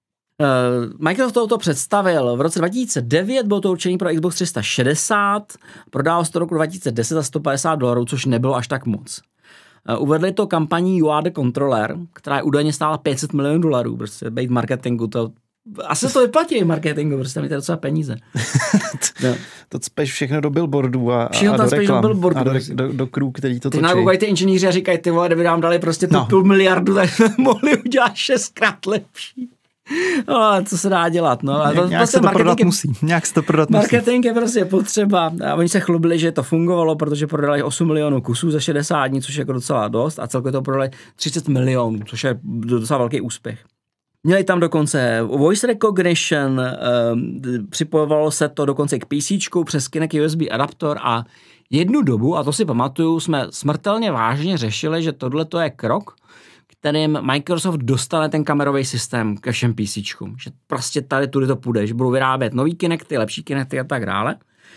Microsoft to představil v roce 2009, bylo to určený pro Xbox 360, prodalo se to roku 2010 za $150, což nebylo až tak moc. Uvedli to kampaní You Are The Controller, která je údajně stála $500 milionů, prostě být marketingu, to asi to vyplatí marketingu, prostě mi to docela peníze. No. To cpeš všechno do billboardů a do reklam a do crew, který to točí. Ty nakoukají ty inženýři a říkají, ty vole, kdyby nám dali prostě tu $500 miliardu, tak jsme mohli udělat 6krát lepší. No, co se dá dělat, no. Nějak se to prodat musí. Marketing je prostě potřeba. A oni se chlubili, že to fungovalo, protože prodali 8 milionů kusů za 60 dní, což je jako docela dost a celkově to prodali 30 milionů, což je docela velký úspěch. Měli tam dokonce voice recognition, připojovalo se to dokonce i k PCčku přes Kinect USB adaptor a jednu dobu, a to si pamatuju, jsme smrtelně vážně řešili, že tohle to je krok, kterým Microsoft dostane ten kamerový systém ke všem PCčkům. Že prostě tady tudy to půjde, že budou vyrábět nový Kinecty, lepší Kinecty a tak dále.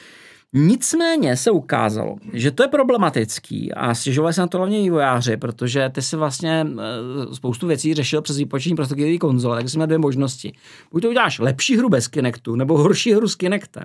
Nicméně se ukázalo, že to je problematický a stěžovali se na to hlavně vývojáři, protože ty si vlastně spoustu věcí řešil přes výpočetní prostředky konzole, takže jsi měl 2 možnosti. Buď to uděláš lepší hru bez Kinectu, nebo horší hru s Kinectem.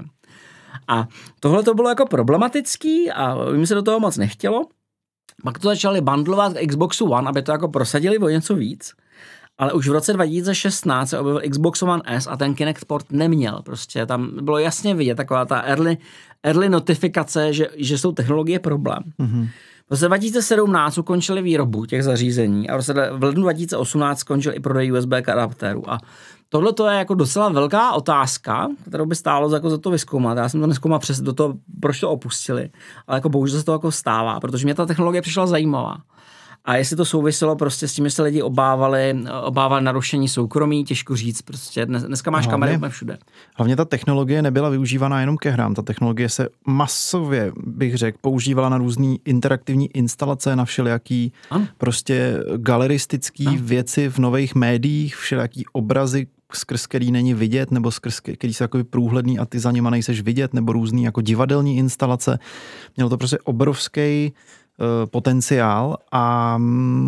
A tohle to bylo jako problematický a jim se do toho moc nechtělo. Pak to začali bundlovat k Xboxu One, aby to jako prosadili o něco víc. Ale už v roce 2016 se objevil Xbox One S a ten Kinect port neměl. Prostě tam bylo jasně vidět taková ta early notifikace, že jsou technologie problém. Mm-hmm. V roce 2017 ukončili výrobu těch zařízení a v lednu 2018 skončil i prodej USB adaptérů. A tohle to je jako docela velká otázka, kterou by stálo za to vyzkoumat. Já jsem to nezkoumal přes do toho, proč to opustili, ale jako bohužel se to jako stává, protože mě ta technologie přišla zajímavá. A jestli to souviselo prostě s tím, že se lidi obávali narušení soukromí, těžko říct. Prostě dneska máš kamery všude. Hlavně ta technologie nebyla využívaná jenom ke hrám. Ta technologie se masově, bych řekl, používala na různý interaktivní instalace, na všelijaký prostě galeristický věci v nových médiích, všelijaký obrazy, skrz který není vidět, nebo skrz který jsou takový průhledný a ty za nima nejseš vidět, nebo různý jako divadelní instalace. Mělo to prostě obrovský potenciál a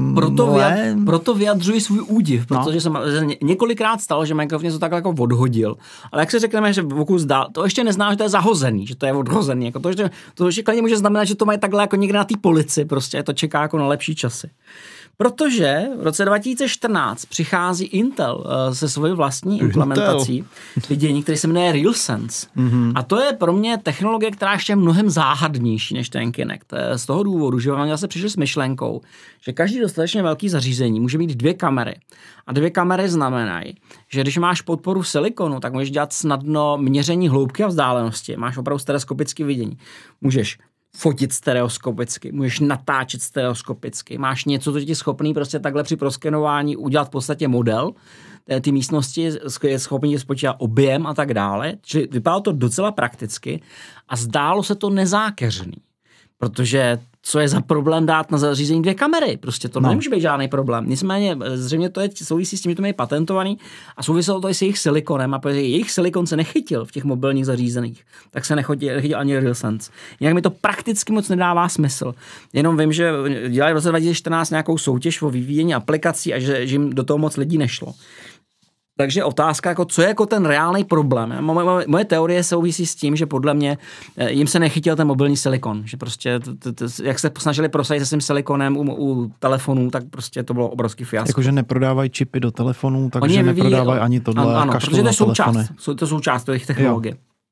proto vyjadřuji svůj údiv, protože jsem několikrát stalo, že Minecraft něco takhle jako odhodil. Ale jak se řekneme, že Vokus dál, to ještě nezná, že to je zahozený, že to je odhozený. Jako to ještě klidně může znamenat, že to mají takhle jako někde na té polici, prostě to čeká jako na lepší časy. Protože v roce 2014 přichází Intel se svojí vlastní implementací vidění, který se jmenuje RealSense. A to je pro mě technologie, která ještě je mnohem záhadnější než ten Kinect. Z toho důvodu, že oni zase přišli s myšlenkou, že každý dostatečně velký zařízení může mít 2 kamery. A 2 kamery znamenají, že když máš podporu silikonu, tak můžeš dělat snadno měření hloubky a vzdálenosti. Máš opravdu stereoskopické vidění. Můžeš fotit stereoskopicky, můžeš natáčet stereoskopicky, máš něco, co ti schopný prostě takhle při proskenování udělat v podstatě model ty místnosti, je schopný spočítat objem a tak dále. Čili vypadalo to docela prakticky a zdálo se to nezákeřný. Protože co je za problém dát na zařízení 2 kamery? Prostě to nemůže být žádný problém. Nicméně zřejmě to je souvisí s tím, že to mají patentovaný a souviselo to i s jejich silikonem a protože jejich silikon se nechytil v těch mobilních zařízeních, tak se nechytil ani RealSense. Jinak mi to prakticky moc nedává smysl. Jenom vím, že dělali v roce 2014 nějakou soutěž o vyvíjení aplikací a že jim do toho moc lidí nešlo. Takže otázka, jako co je jako ten reálný problém. Moje teorie souvisí s tím, že podle mě jim se nechytil ten mobilní silikon. Že prostě, jak se snažili prosadit se svým silikonem u telefonů, tak prostě to bylo obrovský fiasko. Jakože neprodávají čipy do telefonů, takže neprodávají ani tohle. Ano, protože to je součást těch technologie.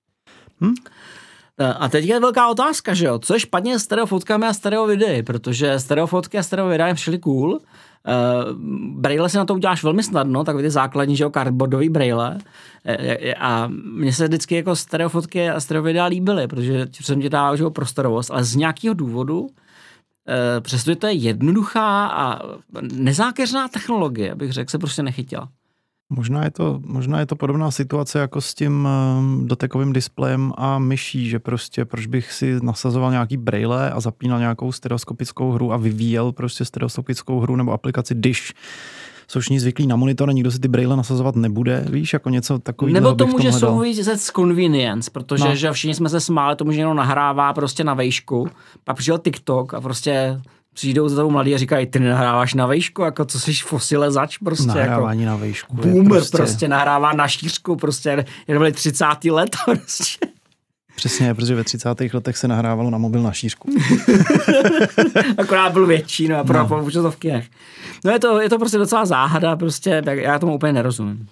A teď je velká otázka, že jo? Co je špatně s stereofotkami a stereovidei? Protože stereofotky a stereovidea je všeli cool. Braille si na to uděláš velmi snadno, takový ty základní, že jo, cardboardový braille. A mně se vždycky jako stereofotky a stereovidea líbily, protože jsem ti dával, že jo, prostorovost, ale z nějakého důvodu, přestože to je jednoduchá a nezákeřná technologie, bych řekl, se prostě nechytila. Možná je to podobná situace jako s tím dotekovým displejem a myší, že prostě proč bych si nasazoval nějaký braille a zapínal nějakou stereoskopickou hru a vyvíjel prostě stereoskopickou hru nebo aplikaci, když jsou všichni zvyklí na monitor a nikdo si ty braille nasazovat nebude, víš, jako něco takového. Nebo to může souviset s convenience, protože že všichni jsme se smáli tomu, že jenom nahrává prostě na vejšku, pak přišel TikTok a prostě přijdou za tou mladí a říkají, ty nenahráváš na vejšku, jako co jsi fosile zač, prostě. Nahrávání jako na vejšku. Boomer prostě nahrává na šířku, prostě, jak byly 30. let, prostě. Přesně, protože ve 30. letech se nahrávalo na mobil na šířku. Akorát byl větší, no a pro počasovky nech. No je to prostě docela záhada, prostě, já tomu úplně nerozumím.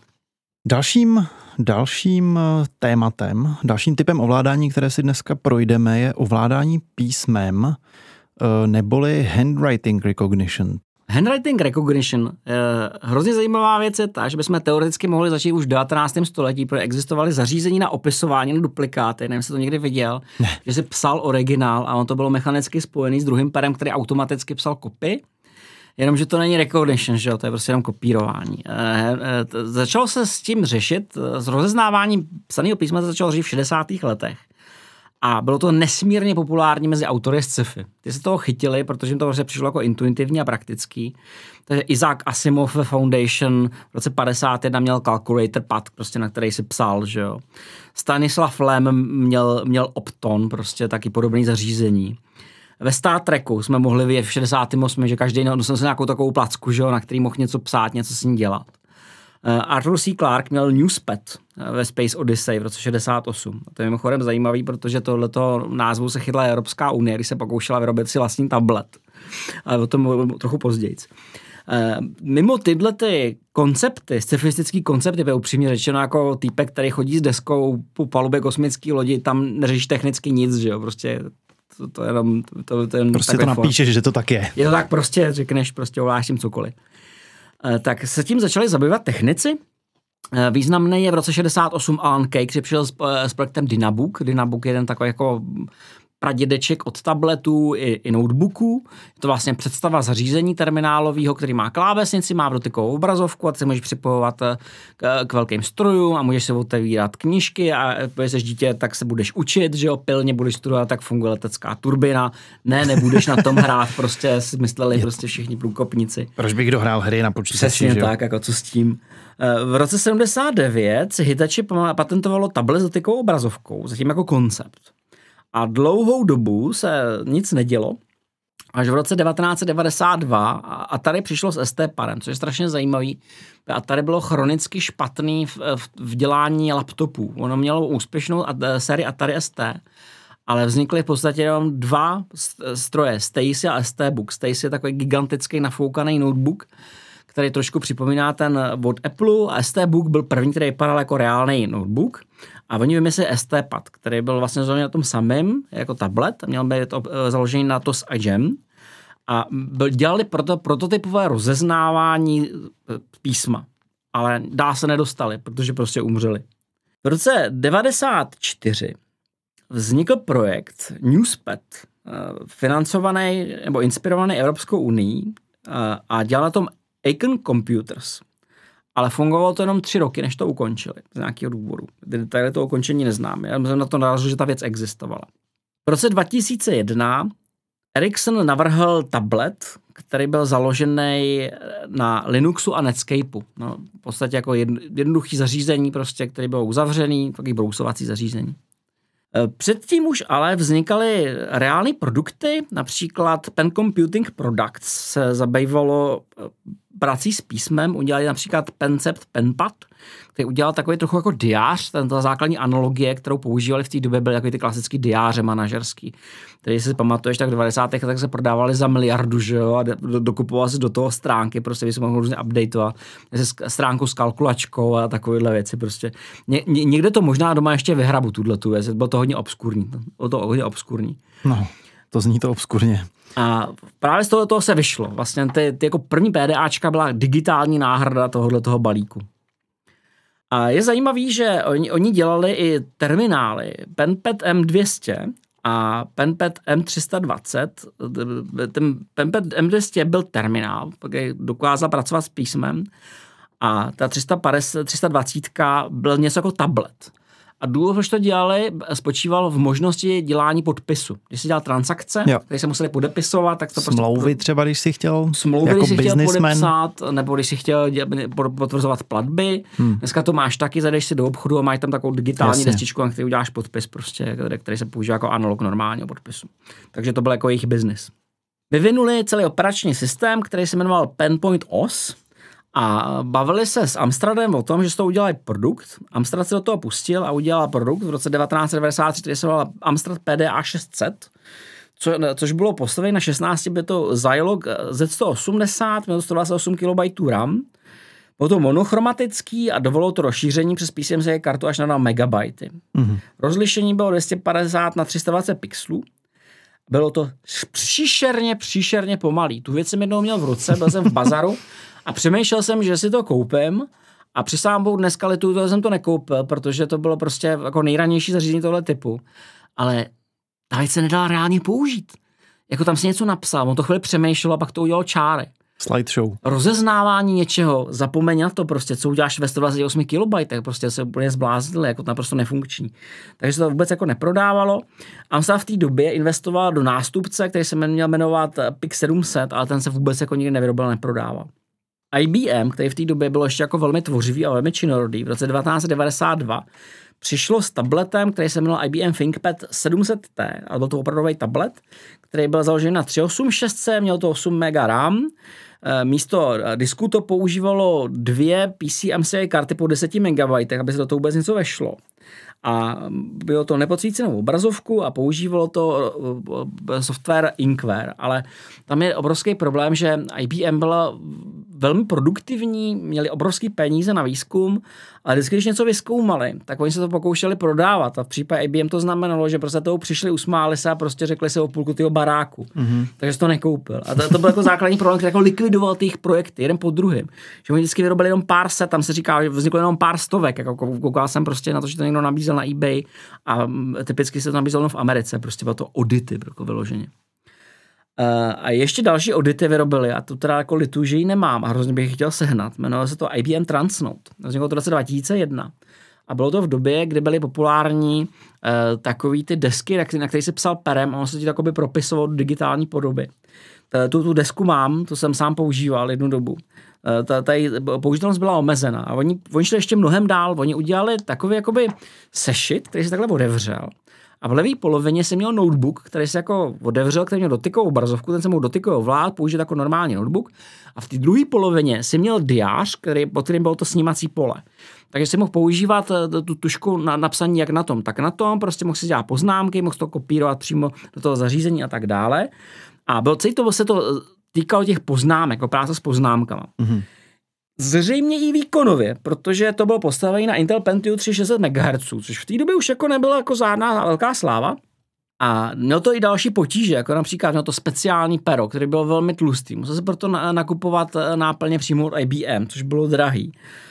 Dalším tématem, dalším typem ovládání, které si dneska projdeme, je ovládání písmem, neboli handwriting recognition. Handwriting recognition, hrozně zajímavá věc je ta, že bychom teoreticky mohli začít už v 19. století, protože existovaly zařízení na opisování na duplikáty, nevím, jestli to někdy viděl, že si psal originál a on to bylo mechanicky spojený s druhým perem, který automaticky psal kopy, jenomže to není recognition, že jo, to je prostě jenom kopírování. Začalo se s tím řešit, s rozeznáváním psaného písma se začalo řešit v 60. letech. A bylo to nesmírně populární mezi autory z sci-fi. Ty se toho chytili, protože jim to prostě přišlo jako intuitivní a praktický. Takže Isaac Asimov ve Foundation v roce 51 měl calculator pad, prostě, na který si psal, že jo. Stanislav Lem měl Opton, prostě taky podobné zařízení. Ve Star Treku jsme mohli vidět v 68, že každý nosil nějakou takovou placku, že jo, na který mohl něco psát, něco s ní dělat. Arthur C. Clarke měl Newspad ve Space Odyssey v roce 68. To je mimochodem zajímavý, protože tohleto názvu se chytla Evropská unie, když se pokoušela vyrobit si vlastní tablet. Ale o tom trochu později. Mimo tyhle ty koncepty, scifistický koncepty, upřímně řečeno jako týpek, který chodí s deskou po palubě kosmické lodi, tam neřeší technicky nic, že jo, prostě to je jenom... Prostě to napíšeš, že to tak je. Je to tak prostě, řekneš, prostě ovládáš tím cokoliv. Tak se tím začali zabývat technici. Významný je v roce 68 Alan Kay, který přišel s projektem Dynabook. Dynabook je jeden takový jako pradědeček od tabletů i notebooků. Je to vlastně představa zařízení terminálového, který má klávesnici, má dotykovou obrazovku a ty se můžeš připojovat k velkým strojům a můžeš se otevírat knížky a když jsi dítě, tak se budeš učit, že jo, pilně budeš studovat, tak funguje letecká turbina. Ne, nebudeš na tom hrát, prostě si mysleli prostě všichni průkopníci. Proč by kdo hrál hry na počítači? Přesně tak, jako co s tím. V roce 79 si Hitachi patentovalo tablet s dotykovou obrazovkou, zatím jako koncept. A dlouhou dobu se nic nedělo, až v roce 1992 Atari přišlo s ST parem, což je strašně zajímavý. Atari bylo chronicky špatný v dělání laptopů. Ono mělo úspěšnou sérii Atari ST, ale vznikly v podstatě jenom dva stroje, Stacy a ST Book. Stacy je takový gigantický nafoukaný notebook, který trošku připomíná ten od Apple, a ST Book byl první, který vypadal jako reálný notebook. A oni vymysleli ST Pad, který byl vlastně založený na tom samém jako tablet, měl být založený na TOS a Jam. A dělali prototypové rozeznávání písma, ale dál se nedostali, protože prostě umřeli. V roce 1994 vznikl projekt Newspad, financovaný nebo inspirovaný Evropskou unii, a dělal na tom Icon Computers. Ale fungovalo to jenom 3 roky, než to ukončili. Z nějakého důvodu. Detaily to ukončení neznám. Já jsem na to narazil, že ta věc existovala. V roce 2001 Ericsson navrhl tablet, který byl založený na Linuxu a Netscapeu. No, v podstatě jako jednoduchý zařízení, prostě, který byl uzavřený, takový brousovací zařízení. Předtím už ale vznikaly reální produkty, například Pen Computing Products se zabývalo prací s písmem, udělali například Pencept Penpad, který udělal takový trochu jako diář, ta základní analogie, kterou používali v té době, byly takový ty klasický diáře manažerský, který si pamatuješ, tak v 90. letech se prodávali za miliardu, že jo, a dokupoval si do toho stránky, prostě by se mohl různě updateovat, stránku s kalkulačkou a takovéhle věci, prostě. Někde to možná doma ještě vyhrabu, tu věc, bylo to hodně obskurní. No, to zní to obskurně. A právě z toho se vyšlo. Vlastně ty jako první PDAčka byla digitální náhrada tohoto balíku. A je zajímavý, že oni dělali i terminály PenPad M200 a PenPad M320. Ten PenPad M200 byl terminál, který dokázal pracovat s písmem, a ta 320 byl něco jako tablet. A důvod, proč to dělali, spočíval v možnosti dělání podpisu. Když si dělal transakce, které se museli podepisovat, tak to smlouvy třeba, když si chtěl jako když si chtěl podepsat, nebo když si chtěl potvrzovat platby. Dneska to máš taky, zajdeš si do obchodu a máš tam takovou digitální destičku, na který uděláš podpis, prostě, který se používá jako analog normálního podpisu. Takže to byl jako jejich biznis. Vyvinuli celý operační systém, který se jmenoval PenPoint OS, a bavili se s Amstradem o tom, že z toho udělají produkt. Amstrad se do toho pustil a udělal produkt v roce 1993, který se jmenoval Amstrad PDA 600, což bylo postavené na 16-bitový Zilog Z180, mělo 128 KB RAM. Bylo to monochromatický a dovolilo to rozšíření přes PCMC kartu až na 2 MB. Rozlišení bylo 250 na 320 pixelů. Bylo to příšerně pomalý. Tu věc jsem jednou měl v ruce, byl jsem v bazaru a přemýšlel jsem, že si to koupím, a při sámbu dneska lituju, jsem to nekoupil, protože to bylo prostě jako nejranější zařízení tohle typu. Ale ta věc se nedala reálně použít. Jako tam si něco napsal, on to chvíli přemýšlel a pak to udělal čáry. Slideshow. Rozeznávání něčeho, zapomeň na to prostě, co uděláš ve 128 KB, prostě se úplně zbláznili, jako naprosto nefunkční. Takže se to vůbec jako neprodávalo. Amstrad v té době investoval do nástupce, který se měl jmenovat PIC 700, ale ten se vůbec jako nikdy nevyrobil, neprodával. IBM, který v té době bylo ještě jako velmi tvořivý a velmi činorodý, v roce 1992 přišlo s tabletem, který se jmenoval IBM ThinkPad 700T, a byl to opravdový tablet, který byl založen na 386, měl to 8 MB RAM, místo disku to používalo 2 PCMCI karty po 10 MB, aby se do toho vůbec něco vešlo. A bylo to nepodsvícenou obrazovku a používalo to software Inkware, ale tam je obrovský problém, že IBM byla velmi produktivní, měli obrovský peníze na výzkum, ale vždycky, když něco vyzkoumali, tak oni se to pokoušeli prodávat. A v případě IBM to znamenalo, že prostě toho přišli, usmáli se a prostě řekli si o půlku toho baráku. Takže se to nekoupil. A to byl jako základní problém, který jako likvidoval těch projekty, jeden po druhém. Že oni vždycky vyrobili jenom pár set, tam se říká, že vzniklo jenom pár stovek. Jako koukal jsem prostě na to, že to někdo nabízel na eBay a typicky se to nabízelo v Americe. Prostě bylo to audity, jako vyloženě. A ještě další audity vyrobili, a to teda jako lituji, že ji nemám a hrozně bych chtěl sehnat. Jmenovalo se to IBM Transnote. Vzniklo to v roce 2001. A bylo to v době, kdy byly populární takový ty desky, na které se psal perem a on se ti takoby propisoval do digitální podoby. Tu desku mám, to jsem sám používal jednu dobu. Ta použitelnost byla omezená a oni šli ještě mnohem dál. Oni udělali takový jakoby sešit, který se takhle otevřel. A v levé polovině jsem měl notebook, který se jako otevřel, který měl dotykovou obrazovku, ten se mohl dotykovou ovládat, použít jako normální notebook. A v té druhé polovině jsem měl diář, pod kterým bylo to snímací pole. Takže jsem mohl používat tu tušku na napsaní jak na tom, tak na tom. Prostě mohl si dělat poznámky, mohl to kopírovat přímo do toho zařízení a tak dále. A se to týkalo těch poznámek, jako práce s poznámkama. Mm-hmm. Zřejmě i výkonově, protože to bylo postavené na Intel Pentium 3600 MHz, což v té době už jako nebyla jako žádná velká sláva. A měl to i další potíže, jako například měl to speciální pero, který byl velmi tlustý. Musel se proto nakupovat náplně přímo od IBM, což bylo drahý.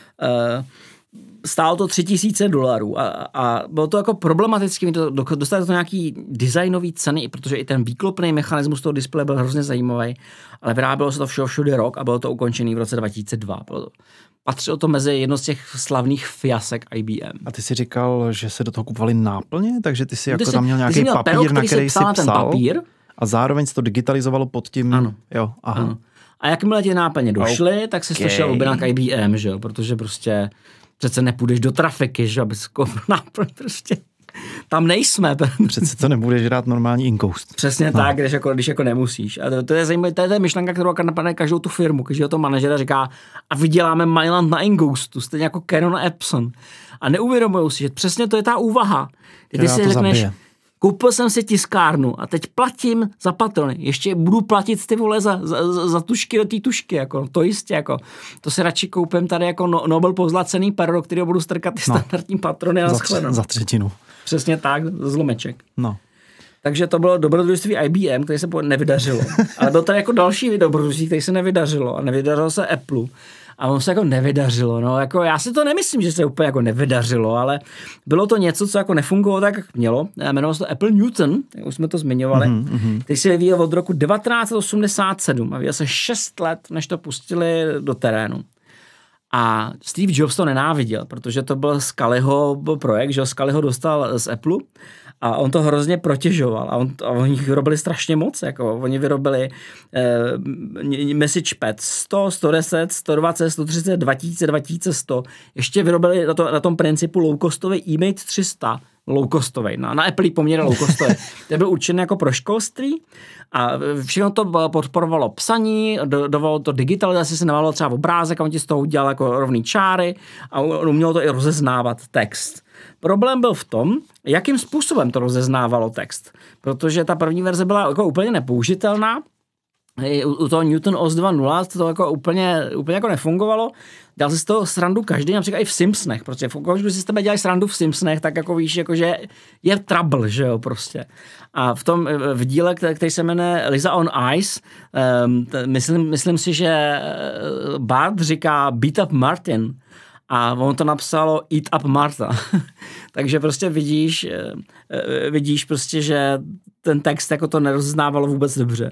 Stálo to $3000 a bylo to jako problematické, dostali to nějaký designový ceny, protože i ten výklopný mechanismus toho displeje byl hrozně zajímavý, ale vyrábělo se to všude rok a bylo to ukončený v roce 2002. Patřilo to mezi jedno z těch slavných fiasek IBM. A ty si říkal, že se do toho kupovali náplně, takže ty si jako tam měl nějaký papír, na který si psal papír, a zároveň se to digitalizovalo pod tím. Ano. Jo, aha. Ano. A jakmile ti náplně došly, tak se šel objednat k IBM, že jo, protože prostě přece nepůjdeš do trafiky, že abys koupil náplň, prostě tam nejsme. Přece to nebudeš dát normální inkoust. Přesně tak, když jako nemusíš. A to je zajímavé, to je myšlenka, kterou napadne každou tu firmu, každého toho manažera říká, a vyděláme Myland na ingoustu, stejně jako Canon a Epson. A neuvědomují si, že přesně to je ta úvaha. Ty si řekneš, koupil jsem si tiskárnu a teď platím za patrony. Ještě budu platit ty vole za tušky do té tušky. Jako, to jistě. Jako, to si radši koupím tady jako Nobel pozlacený pero, do kterého budu strkat ty standardní patrony a shledanou. Za třetinu. Přesně tak, zlomeček. No. Takže to bylo dobrodružství IBM, které se nevydařilo. Ale byl tady jako další dobrodružství, které se nevydařilo. A nevydařilo se Apple. A on se jako nevydařilo. No, jako já si to nemyslím, že se úplně jako nevydařilo, ale bylo to něco, co jako nefungovalo tak, jak mělo. Jmenovalo se to Apple Newton, už jsme to zmiňovali, který se vyvíjel od roku 1987 a vyvíjel se 6 let, než to pustili do terénu. A Steve Jobs to nenáviděl, protože to byl Scullyho projekt, že Scully ho dostal z Apple a on to hrozně protěžoval a oni vyrobili strašně moc, jako oni vyrobili Message Pad 100, 110, 120, 130, 2000, 2100, ještě vyrobili na tom principu low-costový eMate 300, low-costový, na Apple poměrně low-costový. To byl určený jako pro školství a všechno to podporovalo psaní, dovalo to digitalizaci, se navalo třeba obrázek a on ti z toho udělal jako rovný čáry a umělo to i rozeznávat text. Problém byl v tom, jakým způsobem to rozeznávalo text, protože ta první verze byla jako úplně nepoužitelná. U toho Newton OS 2.0 to jako úplně jako nefungovalo. Dělal si z toho srandu každý, například i v Simpsonech, protože když si s tebe dělají srandu v Simpsonech, tak jako víš, jako že je trouble, že jo, prostě. A v díle, který se jmenuje Lisa on Ice, myslím si, že Bart říká Beat up Martin a on to napsalo Eat up Martha. Takže prostě vidíš prostě, že ten text jako to neroznávalo vůbec dobře.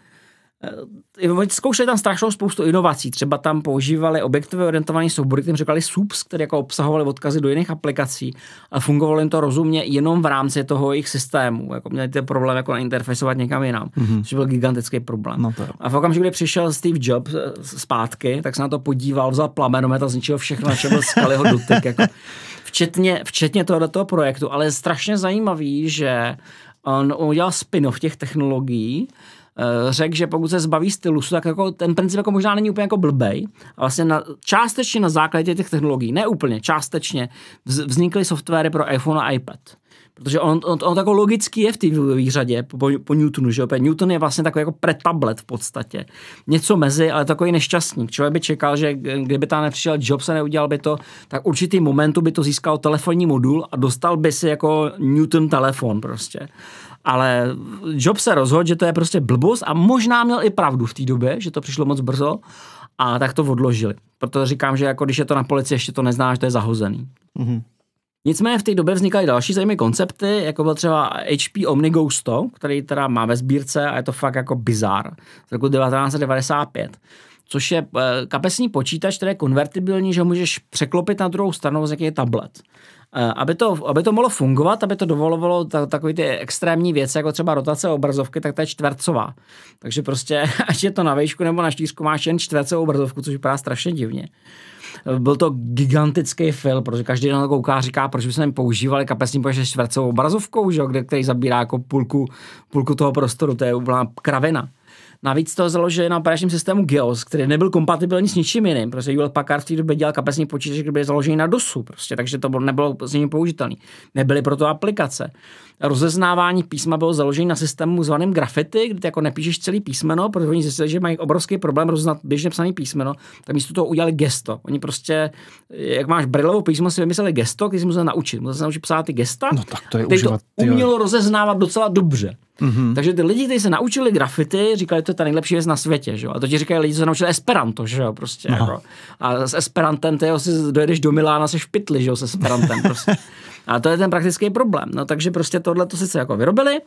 Zkoušeli tam strašnou spoustu inovací. Třeba tam používali objektově orientované soubory, kterým říkali SUPS, které jako obsahovaly odkazy do jiných aplikací a fungovalo jim to rozumně jenom v rámci toho jejich systému. Jako měli ten problém jako nainterfejsovat někam jinam, což byl gigantický problém. No a v okamžiku, kdy přišel Steve Jobs zpátky, tak se na to podíval, vzal plamenomet a zničil všechno, na čem byl Scullyho dotyk. Jako, včetně toho projektu, ale je strašně zajímavý, že on udělal spin-off těch technologií, řekl, že pokud se zbaví stylusu, tak jako ten princip jako možná není úplně jako blbej. A vlastně částečně na základě těch technologií, ne úplně, částečně vznikly softwary pro iPhone a iPad. Protože on jako logický je v té výřadě po Newtonu, že jo? Newton je vlastně takový jako pretablet v podstatě. Něco mezi, ale takový nešťastník. Člověk by čekal, že kdyby tam nepřišel Jobs a neudělal by to, tak určitý momentu by to získal telefonní modul a dostal by si jako Newton telefon prostě. Ale Jobs se rozhodl, že to je prostě blbost a možná měl i pravdu v té době, že to přišlo moc brzo a tak to odložili. Proto říkám, že jako když je to na policii, ještě to nezná, že to je zahozený. Mm-hmm. Nicméně v té době vznikaly další zajímavé koncepty, jako byl třeba HP OmniGo 100, který teda má ve sbírce a je to fakt jako bizár z roku 1995. Což je kapesní počítač, který je konvertibilní, že ho můžeš překlopit na druhou stranu, z jaký je tablet. Aby to mohlo fungovat, aby to dovolovalo takové ty extrémní věci, jako třeba rotace obrazovky, tak to je čtvercová. Takže prostě, ať je to na výšku nebo na štířku, máš jen čtvercovou obrazovku, což vypadá strašně divně. Byl to gigantický fail, protože každý den kouká a říká, proč bychom používali kapesní počítač s čtvercovou obrazovkou, že? Který zabírá jako půlku toho prostoru, to je úplná kravina. Navíc to založili na operačním systému GEOS, který nebyl kompatibilní s ničím jiným, protože Hewlett Packard v té době dělal kapesní počítač, který byl založený na DOSu, prostě, takže to nebylo s ním použitelný. Nebyly proto aplikace. Rozeznávání písma bylo založené na systému zvaným Graffiti, kde jako nepíšeš celý písmeno, protože oni zjistili, že mají obrovský problém rozeznat běžně psaný písmeno, tak místo toho udělali gesto. Oni prostě, jak máš Braillovo písmo, si vymysleli gesto, který si musel naučit. Musel se naučit psát ty gesta, no, tak to je uživat, to umělo rozeznávat docela dobře. Mm-hmm. Takže ty lidi, kteří se naučili grafity, říkali, že to je ta nejlepší věc na světě, že jo? A to ti říkají lidi, co se naučili Esperanto, že jo? Prostě, jako. A s Esperantem ty si dojedeš do Milána, seš v pytli, že jo, s Esperantem prostě. A to je ten praktický problém. No takže prostě tohle to sice jako vyrobili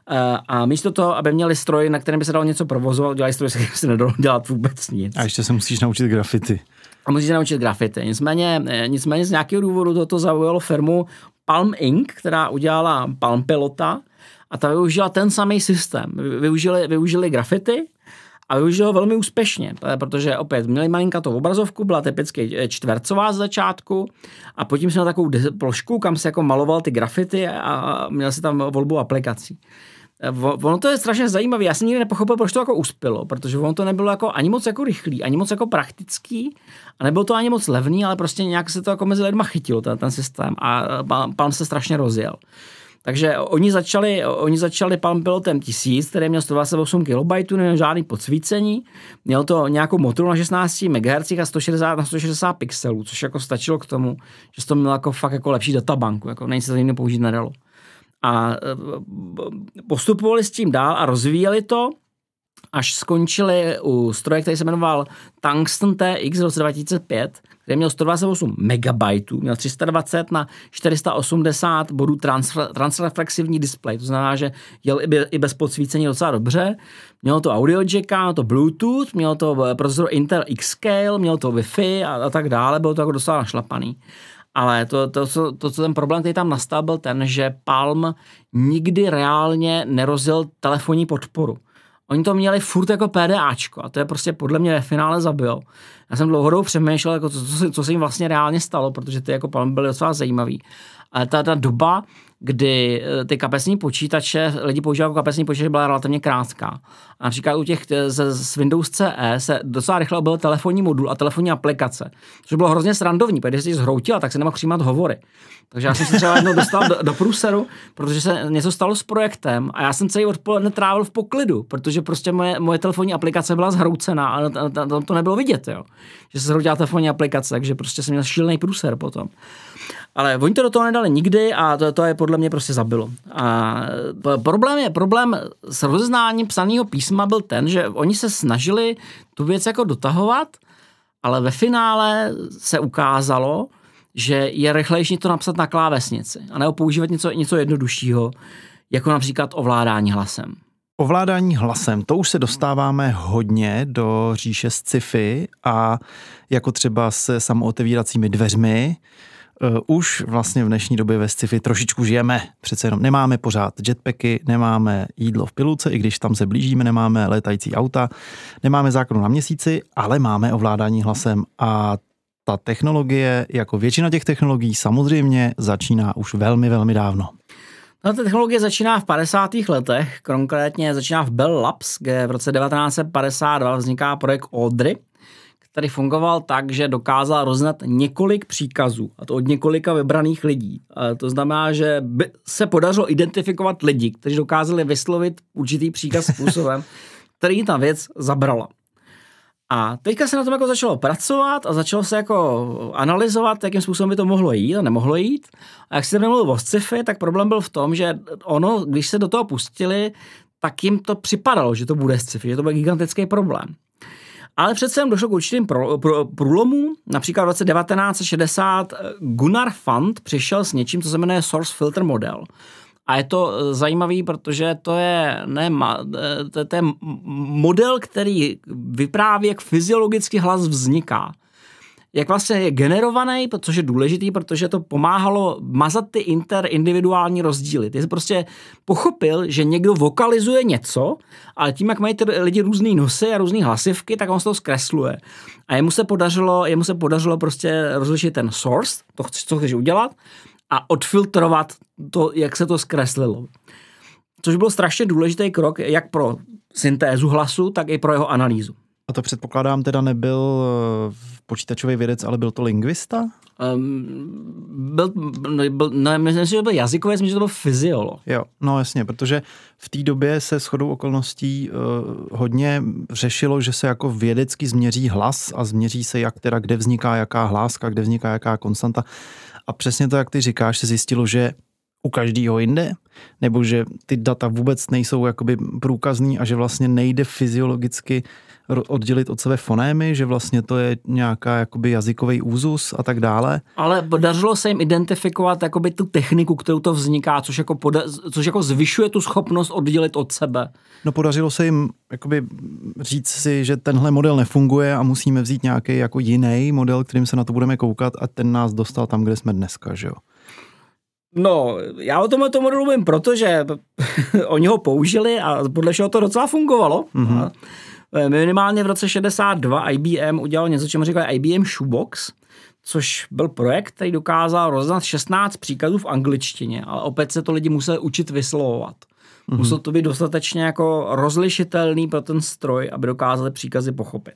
a místo toho, aby měli stroj, na kterém by se dalo něco provozovat, dělají stroj, s kterým se nedalo dělat vůbec nic. A ještě se musíš naučit grafity. A musíš se naučit grafity. Nicméně z nějakého důvodu toto zaujalo firmu Palm Inc., která udělala Palm Pilota a ta využila ten samý systém. Využili grafity a využili ho velmi úspěšně, protože opět měli malinkatou obrazovku, byla typicky čtvercová z začátku a potom si měl takovou plošku, kam se jako maloval ty grafity a měl si tam volbu aplikací. Ono to je strašně zajímavé. Já jsem nikdy nepochopil, proč to jako uspělo, protože ono to nebylo jako ani moc jako rychlý, ani moc jako praktický a nebylo to ani moc levný, ale prostě nějak se to jako mezi lidma chytilo, ten systém a Palm se strašně rozjel. Takže oni začali Palm Pilotem 1000, který měl 128 KB, neměl žádný podsvícení, měl to nějakou motoru na 16 MHz a 160 pixelů, což jako stačilo k tomu, že to mělo jako fakt jako lepší databanku, jako nejde se to jiný použít nedalo. A postupovali s tím dál a rozvíjeli to, až skončili u stroje, který se jmenoval Tungsten TX v roce 2005, který měl 128 MB, měl 320 na 480 bodů transreflexivní displej, to znamená, že jel i bez podsvícení docela dobře. Mělo to audio jacka, mělo to Bluetooth, mělo to procesor Intel X-Scale, mělo to Wi-Fi a tak dále, bylo to jako docela našlapaný. Ale to, co ten problém, který tam nastal, byl ten, že Palm nikdy reálně nerozjel telefonní podporu. Oni to měli furt jako PDAčko a to je prostě podle mě ve finále zabilo. Já jsem dlouhodobě přemýšlel, jako co se jim vlastně reálně stalo, protože ty jako Palm byly docela zajímavý. Ale ta doba, kdy ty kapesní počítače, lidi používali jako kapesní počítače, byla relativně krátká. A například u těch z Windows CE se docela rychle objevil telefonní modul a telefonní aplikace, což bylo hrozně srandovní, protože když jsi zhroutila, tak se nemohl přijímat hovory. Takže já jsem se třeba jednou dostal do průseru, protože se něco stalo s projektem a já jsem celý odpoledne trávil v poklidu, protože prostě moje telefonní aplikace byla zhroucená a tam to nebylo vidět, jo. Že se zhroutila telefonní aplikace, takže prostě jsem měl šílený průser potom. Ale oni to do toho nedali nikdy a to je podle mě prostě zabilo. A problém s rozeznáním psaného písma byl ten, že oni se snažili tu věc jako dotahovat, ale ve finále se ukázalo, že je rychlejší to napsat na klávesnici a nebo používat něco jednoduššího, jako například ovládání hlasem. Ovládání hlasem, to už se dostáváme hodně do říše sci-fi a jako třeba se samootevíracími dveřmi. Už vlastně v dnešní době ve sci-fi trošičku žijeme. Přece jenom nemáme pořád jetpacky, nemáme jídlo v pilulce, i když tam se blížíme, nemáme létající auta, nemáme zákon na měsíci, ale máme ovládání hlasem a ta technologie, jako většina těch technologií, samozřejmě začíná už velmi, velmi dávno. No, ta technologie začíná v 50. letech, konkrétně začíná v Bell Labs, kde v roce 1952 vzniká projekt Audrey, který fungoval tak, že dokázal roznat několik příkazů, a to od několika vybraných lidí. A to znamená, že by se podařilo identifikovat lidi, kteří dokázali vyslovit určitý příkaz způsobem, který ta věc zabrala. A teďka se na tom jako začalo pracovat a začalo se jako analyzovat, jakým způsobem by to mohlo jít a nemohlo jít. A jak se nemluvil o sci-fi, tak problém byl v tom, že ono, když se do toho pustili, tak jim to připadalo, že to bude sci-fi, že to byl gigantický problém. Ale přece jen došlo k určitým průlomům. Například v roce 1960 Gunnar Fund přišel s něčím, co se jmenuje Source Filter Model. A je to zajímavý, protože to je model, který vypráví, jak fyziologicky hlas vzniká. Jak vlastně je generovaný, což je důležitý, protože to pomáhalo mazat ty interindividuální rozdíly. Ty jsi prostě pochopil, že někdo vokalizuje něco, ale tím, jak mají ty lidi různý nosy a různý hlasivky, tak on se to zkresluje. A jemu se podařilo prostě rozlišit ten source, to, co chceš udělat, a odfiltrovat to, jak se to zkreslilo. Což byl strašně důležitý krok, jak pro syntézu hlasu, tak i pro jeho analýzu. A to předpokládám teda nebyl počítačový vědec, ale byl to lingvista? Myslím, že to byl jazykový, myslím, že to byl fyziolog. Jo, no jasně, protože v té době se shodou okolností hodně řešilo, že se jako vědecky změří hlas a změří se, jak teda, kde vzniká jaká hláska, kde vzniká jaká konstanta. A přesně to, jak ty říkáš, se zjistilo, že u každého jinde, nebo že ty data vůbec nejsou jakoby průkazný a že vlastně nejde fyziologicky oddělit od sebe fonémy, že vlastně to je nějaká jakoby jazykový úzus a tak dále. Ale podařilo se jim identifikovat jakoby tu techniku, kterou to vzniká, což jako zvyšuje tu schopnost oddělit od sebe. No podařilo se jim jakoby říct si, že tenhle model nefunguje a musíme vzít nějaký jako jiný model, kterým se na to budeme koukat a ten nás dostal tam, kde jsme dneska, že jo? No, já o tomhle modelu mluvím, protože oni ho použili a podle všeho to docela fungovalo. Mm-hmm. Minimálně v roce 62 IBM udělal něco, čemu říkali IBM Shoebox, což byl projekt, který dokázal roznat 16 příkazů v angličtině, ale opět se to lidi museli učit vyslovovat. Mm-hmm. Muselo to být dostatečně jako rozlišitelný pro ten stroj, aby dokázali příkazy pochopit.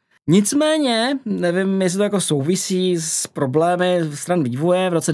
Nicméně, nevím, jestli to jako souvisí s problémy stran vývoje, v roce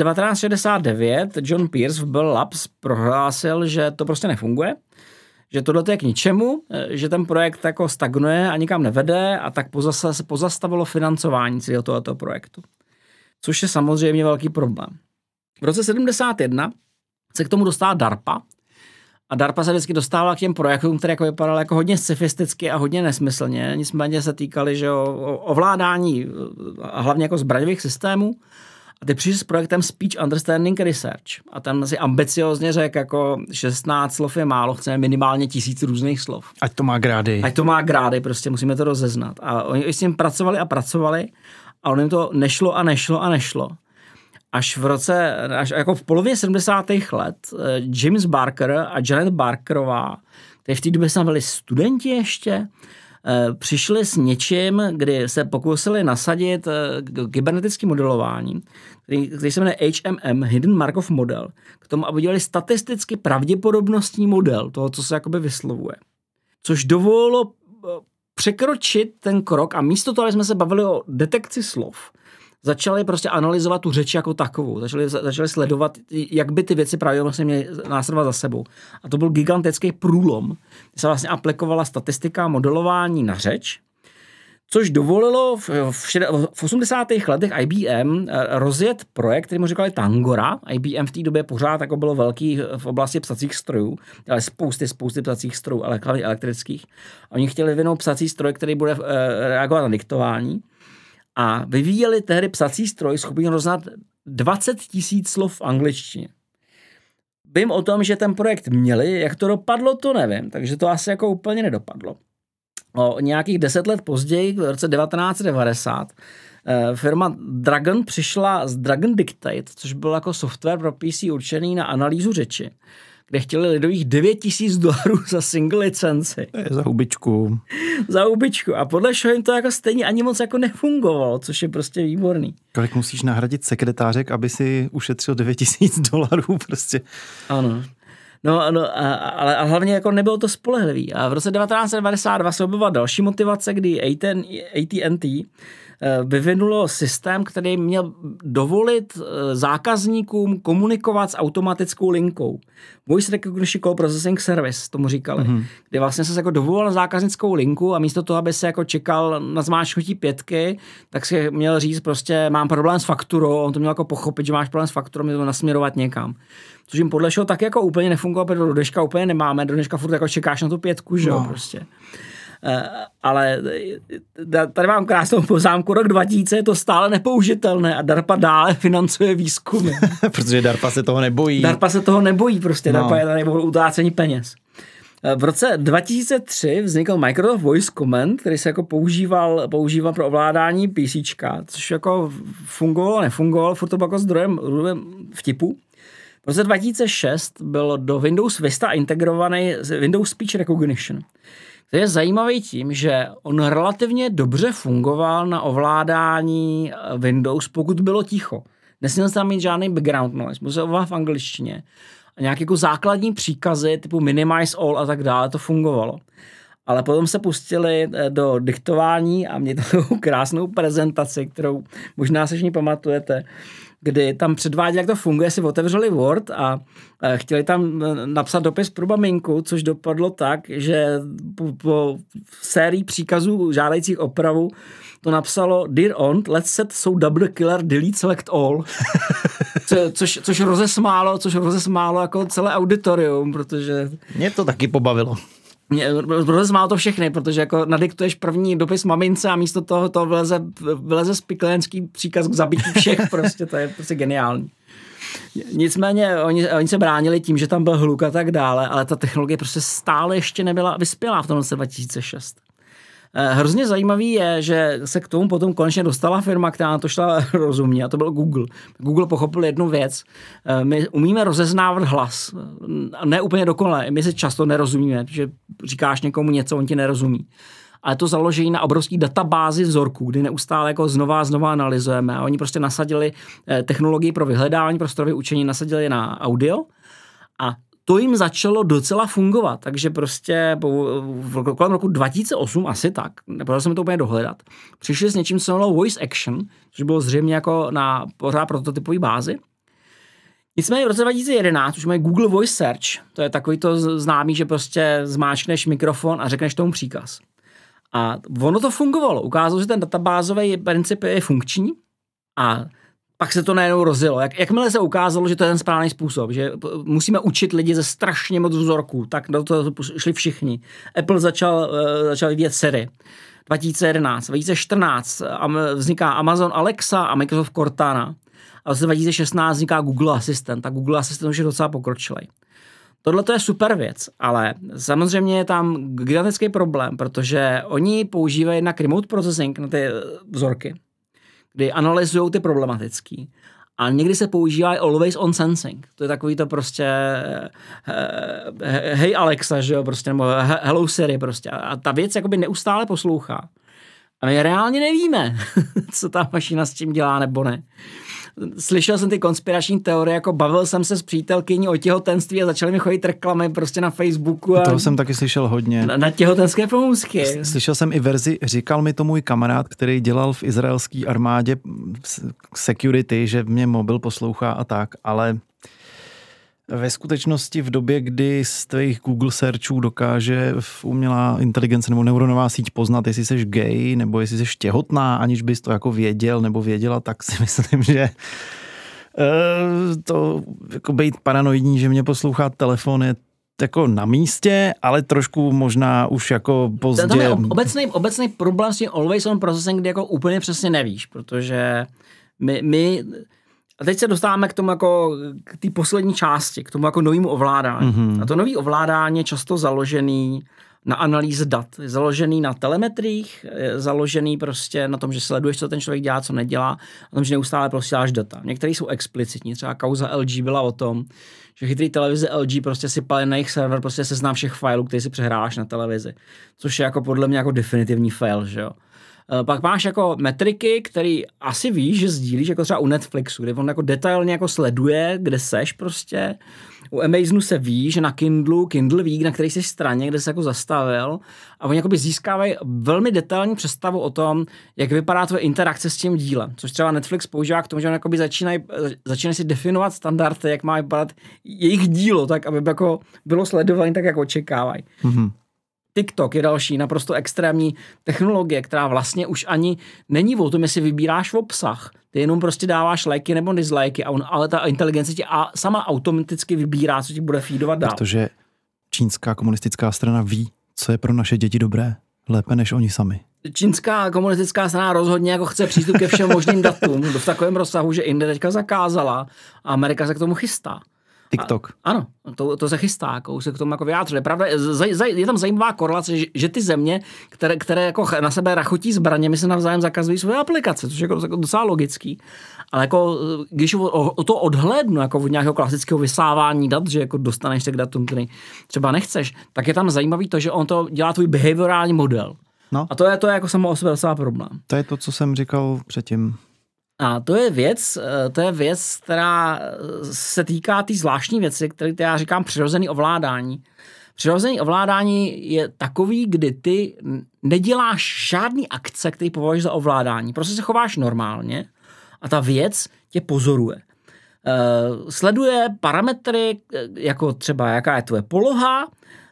1969 John Pierce v Bell Labs prohlásil, že to prostě nefunguje, že tohle je k ničemu, že ten projekt jako stagnuje a nikam nevede a tak se pozastavilo financování celého tohoto projektu. Což je samozřejmě velký problém. V roce 71 se k tomu dostala DARPA a DARPA se vždycky dostávala k těm projektům, které jako vypadaly jako hodně scifisticky a hodně nesmyslně. Nicméně se týkaly, že ovládání a hlavně jako zbraňových systémů. A ty přišli s projektem Speech Understanding Research. A tam si ambiciozně řekl, jako 16 slov je málo, chceme minimálně 1000 různých slov. Ať to má grády. Prostě musíme to rozeznat. A oni s tím pracovali a on jim to nešlo. Až jako v polovině 70. let James Barker a Janet Barkerová, kteří v té době byli studenti ještě, přišli s něčím, kdy se pokusili nasadit kybernetické modelování, který se jmenuje HMM, Hidden Markov Model, k tomu, aby dělali statisticky pravděpodobnostní model toho, co se jakoby vyslovuje. Což dovolilo překročit ten krok a místo toho, aby jsme se bavili o detekci slov, začali prostě analyzovat tu řeč jako takovou. Začali sledovat, jak by ty věci právě vlastně měly následovat za sebou. A to byl gigantický průlom, kdy se vlastně aplikovala statistika modelování na řeč, což dovolilo v 80. letech IBM rozjet projekt, který mu říkali Tangora. IBM v té době pořád jako bylo velký v oblasti psacích strojů, ale spousty psacích strojů, ale hlavně elektrických. A oni chtěli vyvinout psací stroj, který bude reagovat na diktování. A vyvíjeli tehdy psací stroj schopný roznat 20 000 slov v angličtině. Vím o tom, že ten projekt měli, jak to dopadlo, to nevím, takže to asi jako úplně nedopadlo. O nějakých 10 let později, v roce 1990, firma Dragon přišla s Dragon Dictate, což byl jako software pro PC určený na analýzu řeči, kde chtěli lidových $9,000 za single licenci. To je za hubičku. Za hubičku. A podle všeho jim to jako stejně ani moc jako nefungovalo, což je prostě výborný. Kolik musíš nahradit sekretářek, aby si ušetřil $9,000 prostě? Ano. ale hlavně jako nebylo to spolehlivý. A v roce 1992 se objevila další motivace, kdy AT&T vyvinulo systém, který měl dovolit zákazníkům komunikovat s automatickou linkou. Voice Recognition Call Processing Service, tomu říkali. Kdy vlastně se jako dovolil zákaznickou linku a místo toho, aby se jako čekal na zmáčknutí 5, tak si měl říct prostě mám problém s fakturou, on to měl jako pochopit, že máš problém s fakturou, měl to nasměrovat někam. Což jim podle všeho tak jako úplně nefungovalo, protože do dneška úplně nemáme, do dneška furt jako čekáš na tu 5, že jo, prostě. Ale tady mám krásnou poznámku, rok 2000 je to stále nepoužitelné a DARPA dále financuje výzkumy. Protože DARPA se toho nebojí. DARPA se toho nebojí prostě, DARPA je tady utrácení peněz. V roce 2003 vznikl Microsoft Voice Command, který se jako používal pro ovládání PCčka, což jako fungovalo, nefungovalo, furt to bylo jako zdrojem vtipu. V roce 2006 byl do Windows Vista integrovaný Windows Speech Recognition. To je zajímavý tím, že on relativně dobře fungoval na ovládání Windows, pokud bylo ticho. Nesměl tam mít žádný background noise, musel ovládat v angličtině. A nějaké jako základní příkazy typu minimize all a tak dále, to fungovalo. Ale potom se pustili do diktování a měli takovou krásnou prezentaci, kterou možná se všichni pamatujete, kdy tam předváděli, jak to funguje, si otevřeli Word a chtěli tam napsat dopis pro maminku, což dopadlo tak, že po sérii příkazů žádajících opravu to napsalo Dear aunt, let's set so double killer delete select all. což rozesmálo jako celé auditorium, protože... Mě to taky pobavilo. Rozesmálo to všechny, protože jako nadiktuješ první dopis mamince a místo toho to vyleze spiklenský příkaz k zabití všech, prostě to je prostě geniální. Nicméně oni se bránili tím, že tam byl hluk a tak dále, ale ta technologie prostě stále ještě nebyla vyspělá v tom roce 2006. Hrozně zajímavý je, že se k tomu potom konečně dostala firma, která na to šla rozumně, a to byl Google. Google pochopil jednu věc. My umíme rozeznávat hlas. Ne úplně dokonale. My si často nerozumíme, že říkáš někomu něco, on ti nerozumí. Ale to založení na obrovský databázi vzorků, kdy neustále jako znova analyzujeme. A oni prostě nasadili technologii pro vyhledávání, prostorové učení, nasadili na audio a to jim začalo docela fungovat, takže prostě kolem roku 2008 asi tak, nepodařilo se mi to úplně dohledat, přišli s něčím, co se jmenovalo Voice Action, což bylo zřejmě jako na pořád prototypové bázi. Nicméně v roce 2011 už mají Google Voice Search, to je takový to známý, že prostě zmáčkneš mikrofon a řekneš tomu příkaz. A ono to fungovalo, ukázalo, že ten databázový princip je funkční a pak se to najednou rozjelo. Jakmile se ukázalo, že to je ten správný způsob, že musíme učit lidi ze strašně moc vzorků, tak do toho šli všichni. Apple začal vyvíjet Siri. 2011, 2014 vzniká Amazon Alexa a Microsoft Cortana. A v 2016 vzniká Google Assistant. A Google Assistant už je docela pokročilej. Tohle to je super věc, ale samozřejmě je tam gigantický problém, protože oni používají jednak remote processing na ty vzorky, kdy analyzují ty problematický. A někdy se používá always on sensing. To je takový to prostě hey Alexa, že jo, prostě, nebo hello Siri prostě. A ta věc jakoby neustále poslouchá. A my reálně nevíme, co ta mašina s tím dělá nebo ne. Slyšel jsem ty konspirační teorie, jako bavil jsem se s přítelkyní o těhotenství a začaly mi chodit reklamy prostě na Facebooku. Toho jsem taky slyšel hodně. Na těhotenské pomůcky. Slyšel jsem i verzi, říkal mi to můj kamarád, který dělal v izraelské armádě security, že mě mobil poslouchá a tak, ale ve skutečnosti v době, kdy z tvých Google searchů dokáže umělá inteligence nebo neuronová síť poznat, jestli jsi gay nebo jestli jsi těhotná, aniž bys to jako věděl nebo věděla, tak si myslím, že to jako být paranoidní, že mě poslouchá telefon je jako na místě, ale trošku možná už jako pozdě. Tam je obecný problém s tím always on processing, kdy jako úplně přesně nevíš, protože my a teď se dostáváme k tomu jako k té poslední části, k tomu jako novému ovládání. Mm-hmm. A to nový ovládání je často založený na analýze dat. Je založený na telemetriích, je založený prostě na tom, že sleduješ, co ten člověk dělá, co nedělá, na tom, že neustále posíláš data. Některé jsou explicitní, třeba kauza LG byla o tom, že chytrý televize LG prostě sypali na jejich server prostě seznam všech filů, který si přehráváš na televizi. Což je jako podle mě jako definitivní fail, že jo. Pak máš jako metriky, které asi víš, že sdílíš, jako třeba u Netflixu, kde on jako detailně jako sleduje, kde seš prostě. U Amazonu se ví, že na Kindle ví, na které jsi straně, kde se jako zastavil a oni jakoby získávají velmi detailní představu o tom, jak vypadá tvoje interakce s tím dílem, což třeba Netflix používá k tomu, že on jakoby začínají si definovat standardy, jak má vypadat jejich dílo, tak aby jako bylo sledované tak, jak očekávají. Mm-hmm. TikTok je další naprosto extrémní technologie, která vlastně už ani není o tom, jestli vybíráš obsah. Ty jenom prostě dáváš lajky nebo dislajky, ale ta inteligence ti sama automaticky vybírá, co ti bude feedovat dál. Protože čínská komunistická strana ví, co je pro naše děti dobré, lépe než oni sami. Čínská komunistická strana rozhodně jako chce přístup ke všem možným datům v takovém rozsahu, že Indie teďka zakázala a Amerika se k tomu chystá. TikTok. Ano, to se chystá, jako se k tomu jako vyjádřili. Pravda, je tam zajímavá korelace, že ty země, které jako na sebe rachotí zbraněmi, se navzájem zakazují svoje aplikace, což je jako docela logický. Ale jako, když o to odhlédnu, jako od nějakého klasického vysávání dat, že jako dostaneš tak datum, který třeba nechceš, tak je tam zajímavý to, že on to dělá tvůj behaviorální model. No. A to je jako samo o sobě docela problém. To je to, co jsem říkal předtím. A to je věc, která se týká té zvláštní věci, které já říkám přirozený ovládání. Přirozený ovládání je takový, kdy ty neděláš žádný akce, který považuješ za ovládání. Prostě se chováš normálně a ta věc tě pozoruje. Sleduje parametry, jako třeba jaká je tvoje poloha,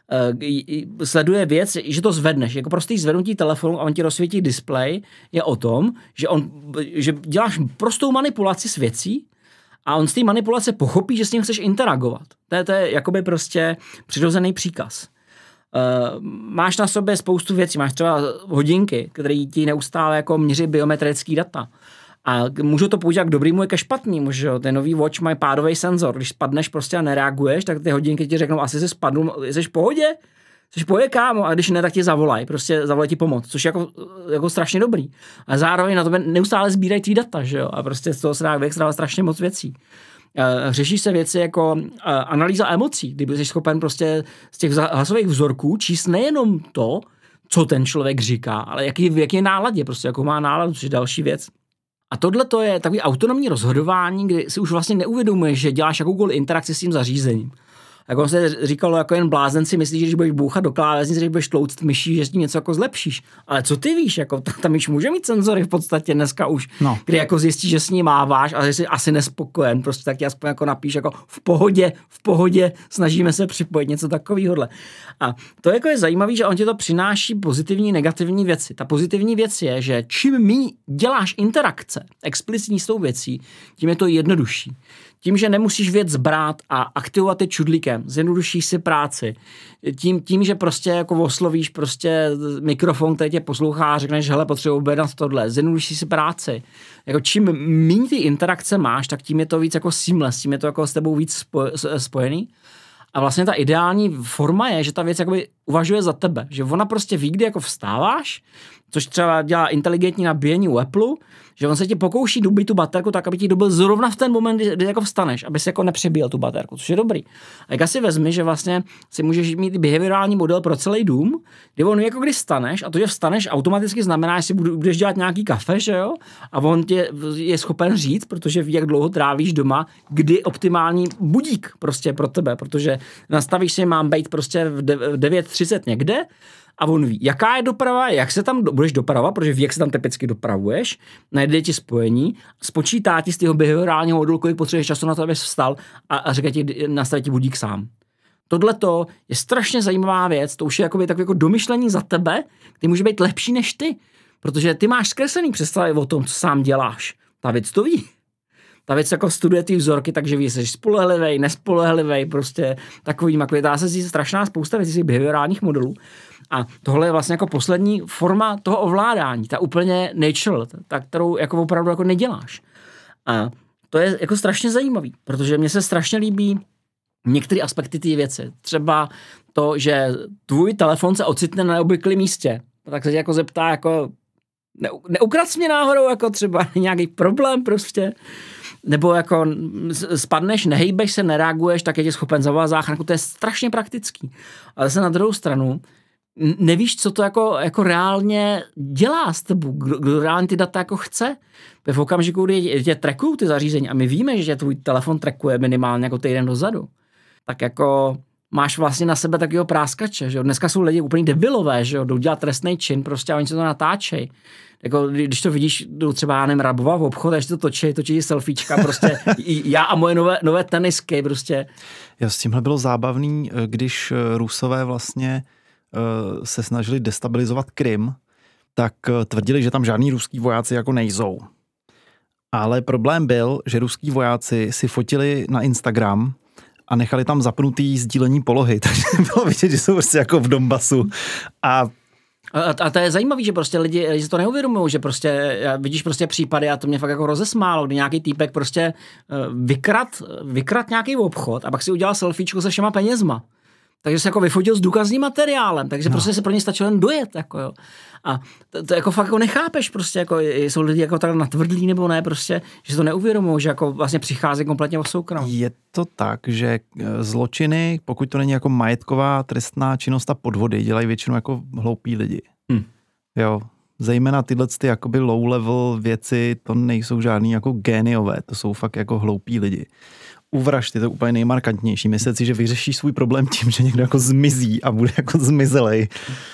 sleduje věc, že to zvedneš. Jako prostý zvednutí telefonu a on ti rozsvítí displej je o tom, že děláš prostou manipulaci s věcí a on z té manipulace pochopí, že s ním chceš interagovat. To je jakoby prostě přirozený příkaz. Máš na sobě spoustu věcí, máš třeba hodinky, které ti neustále jako měří biometrický data. A můžu to použít k dobrýmu, i ke špatnému, že jo. Ten nový watch má pádový senzor. Když spadneš prostě a nereaguješ, tak ty hodinky ti řeknou, asi jsi spadl, jsi v pohodě? Jsi v pohodě, kámo? A když ne, tak ti zavolají ti pomoct, což je jako strašně dobrý. A zároveň na to neustále sbírají tvý data, že jo. A prostě z toho se dá vyextrahovat strašně moc věcí. Řeší se věci jako analýza emocí, kdy jsi schopen prostě z těch hlasových vzorků číst nejenom to, co ten člověk říká, ale jaký je náladě, prostě jakou má náladu, což je další věc. A tohle to je takový autonomní rozhodování, kdy si už vlastně neuvědomuješ, že děláš jakoukoliv interakci s tím zařízením. Jako se říkalo, jako jen blázen si myslíš, že když budeš bouchat do klávesnice, že budeš tlouct myší, že s tím něco jako zlepšíš. Ale co ty víš, jako ta myš může mít senzory v podstatě dneska už, kdy jako zjistíš, že s ní máváš a že jsi asi nespokojen, prostě tak ti aspoň jako napíš jako v pohodě, snažíme se připojit něco takovýhodle. A to jako je zajímavý, že on ti to přináší pozitivní, negativní věci. Ta pozitivní věc je, že čím méně děláš interakce explicitní s tou věcí, tím je to jednodušší. Tím, že nemusíš věc brát a aktivovat je čudlíkem, zjednodušíš si práci. Tím, že prostě jako oslovíš prostě mikrofon, který tě poslouchá a řekneš, hele, potřebuji objednat tohle, zjednodušíš si práci. Jako čím méně ty interakce máš, tak tím je to víc jako seamless, tím je to jako s tebou víc spojený. A vlastně ta ideální forma je, že ta věc jakoby uvažuje za tebe, že ona prostě ví, kdy jako vstáváš, což třeba dělá inteligentní nabíjení u Apple, že on se ti pokouší dobít tu baterku tak, aby ti dobil zrovna v ten moment, kdy jako vstaneš, aby si jako nepřebíjel tu baterku, což je dobrý. A jak si vezmi, že vlastně si můžeš mít behaviorální model pro celý dům, kdy on jako když vstaneš, a to, že vstaneš automaticky znamená, že si budeš dělat nějaký kafe, že jo? A on tě je schopen říct, protože ví, jak dlouho trávíš doma, kdy optimální budík prostě pro tebe, protože nastavíš si, mám být prostě v 9:30 někde, a on ví, jaká je doprava, jak se tam budeš dopravovat, protože ví, jak se tam typicky dopravuješ, najde ti spojení, spočítá ti z toho behaviorálního modelu, kolik potřebuješ času na to, abys vstal a řekne ti, nastaví ti budík sám. Tohleto je strašně zajímavá věc, to už je takový jako domyšlení za tebe, který může být lepší než ty, protože ty máš zkreslený představy o tom, co sám děláš. Ta věc to ví. Ta věc jako studuje ty vzorky, takže ví, jsi spolehlivej, nespolehlivej, prostě takový makvě. Dá se říct strašná spousta věcí z behaviorálních modelů. A tohle je vlastně jako poslední forma toho ovládání, ta úplně natural, ta, kterou jako opravdu jako neděláš. A to je jako strašně zajímavý, protože mně se strašně líbí některé aspekty té věci. Třeba to, že tvůj telefon se ocitne na neobvyklém místě. Tak se tě jako zeptá, jako neukrad mě náhodou, jako třeba nějaký problém prostě. Nebo jako spadneš, nehejbeš se, nereaguješ, tak je tě schopen zavolat záchranku. To je strašně praktický. Ale se na druhou stranu nevíš, co to jako reálně dělá s tebou, kdo reálně ty data jako chce. V okamžiku, kdy tě trackují ty zařízení a my víme, že tvůj telefon trackuje minimálně jako týden dozadu, tak jako máš vlastně na sebe takového práskače, že jo. Dneska jsou lidi úplně debilové, že jo, jdou dělat trestný čin prostě a oni se to natáčejí. Jako, když to vidíš, jdou třeba, já nevím, Rabova v obchod, až to točí selfiečka, prostě já a moje nové tenisky, prostě. Já s tímhle bylo zábavný, když Rusové vlastně se snažili destabilizovat Krym, tak tvrdili, že tam žádný ruský vojáci jako nejsou. Ale problém byl, že ruský vojáci si fotili na Instagram a nechali tam zapnutý sdílení polohy, takže bylo vidět, že jsou prostě jako v Donbasu. A to je zajímavý, že prostě lidi si to neuvědomují, že prostě vidíš prostě případy a to mě fakt jako rozesmálo, kdy nějaký týpek prostě vykrat nějaký obchod a pak si udělal selfiečku se všema penězma. Takže se jako vyfotil s důkazním materiálem, takže prostě se pro ně stačilo jen dojet, jako jo. A to jako fakt jako nechápeš prostě, jako jsou lidi jako tak natvrdlí nebo ne, prostě, že to neuvědomují, že jako vlastně přichází kompletně o soukromí. Je to tak, že zločiny, pokud to není jako majetková trestná činnost a podvody, dělají většinou jako hloupí lidi. Jo, zejména tyhle ty jakoby low level věci, to nejsou žádný jako géniové, to jsou fakt jako hloupí lidi. U vraždy to je úplně nejmarkantnější. Myslet si, že vyřešíš svůj problém tím, že někdo jako zmizí a bude jako zmizelej.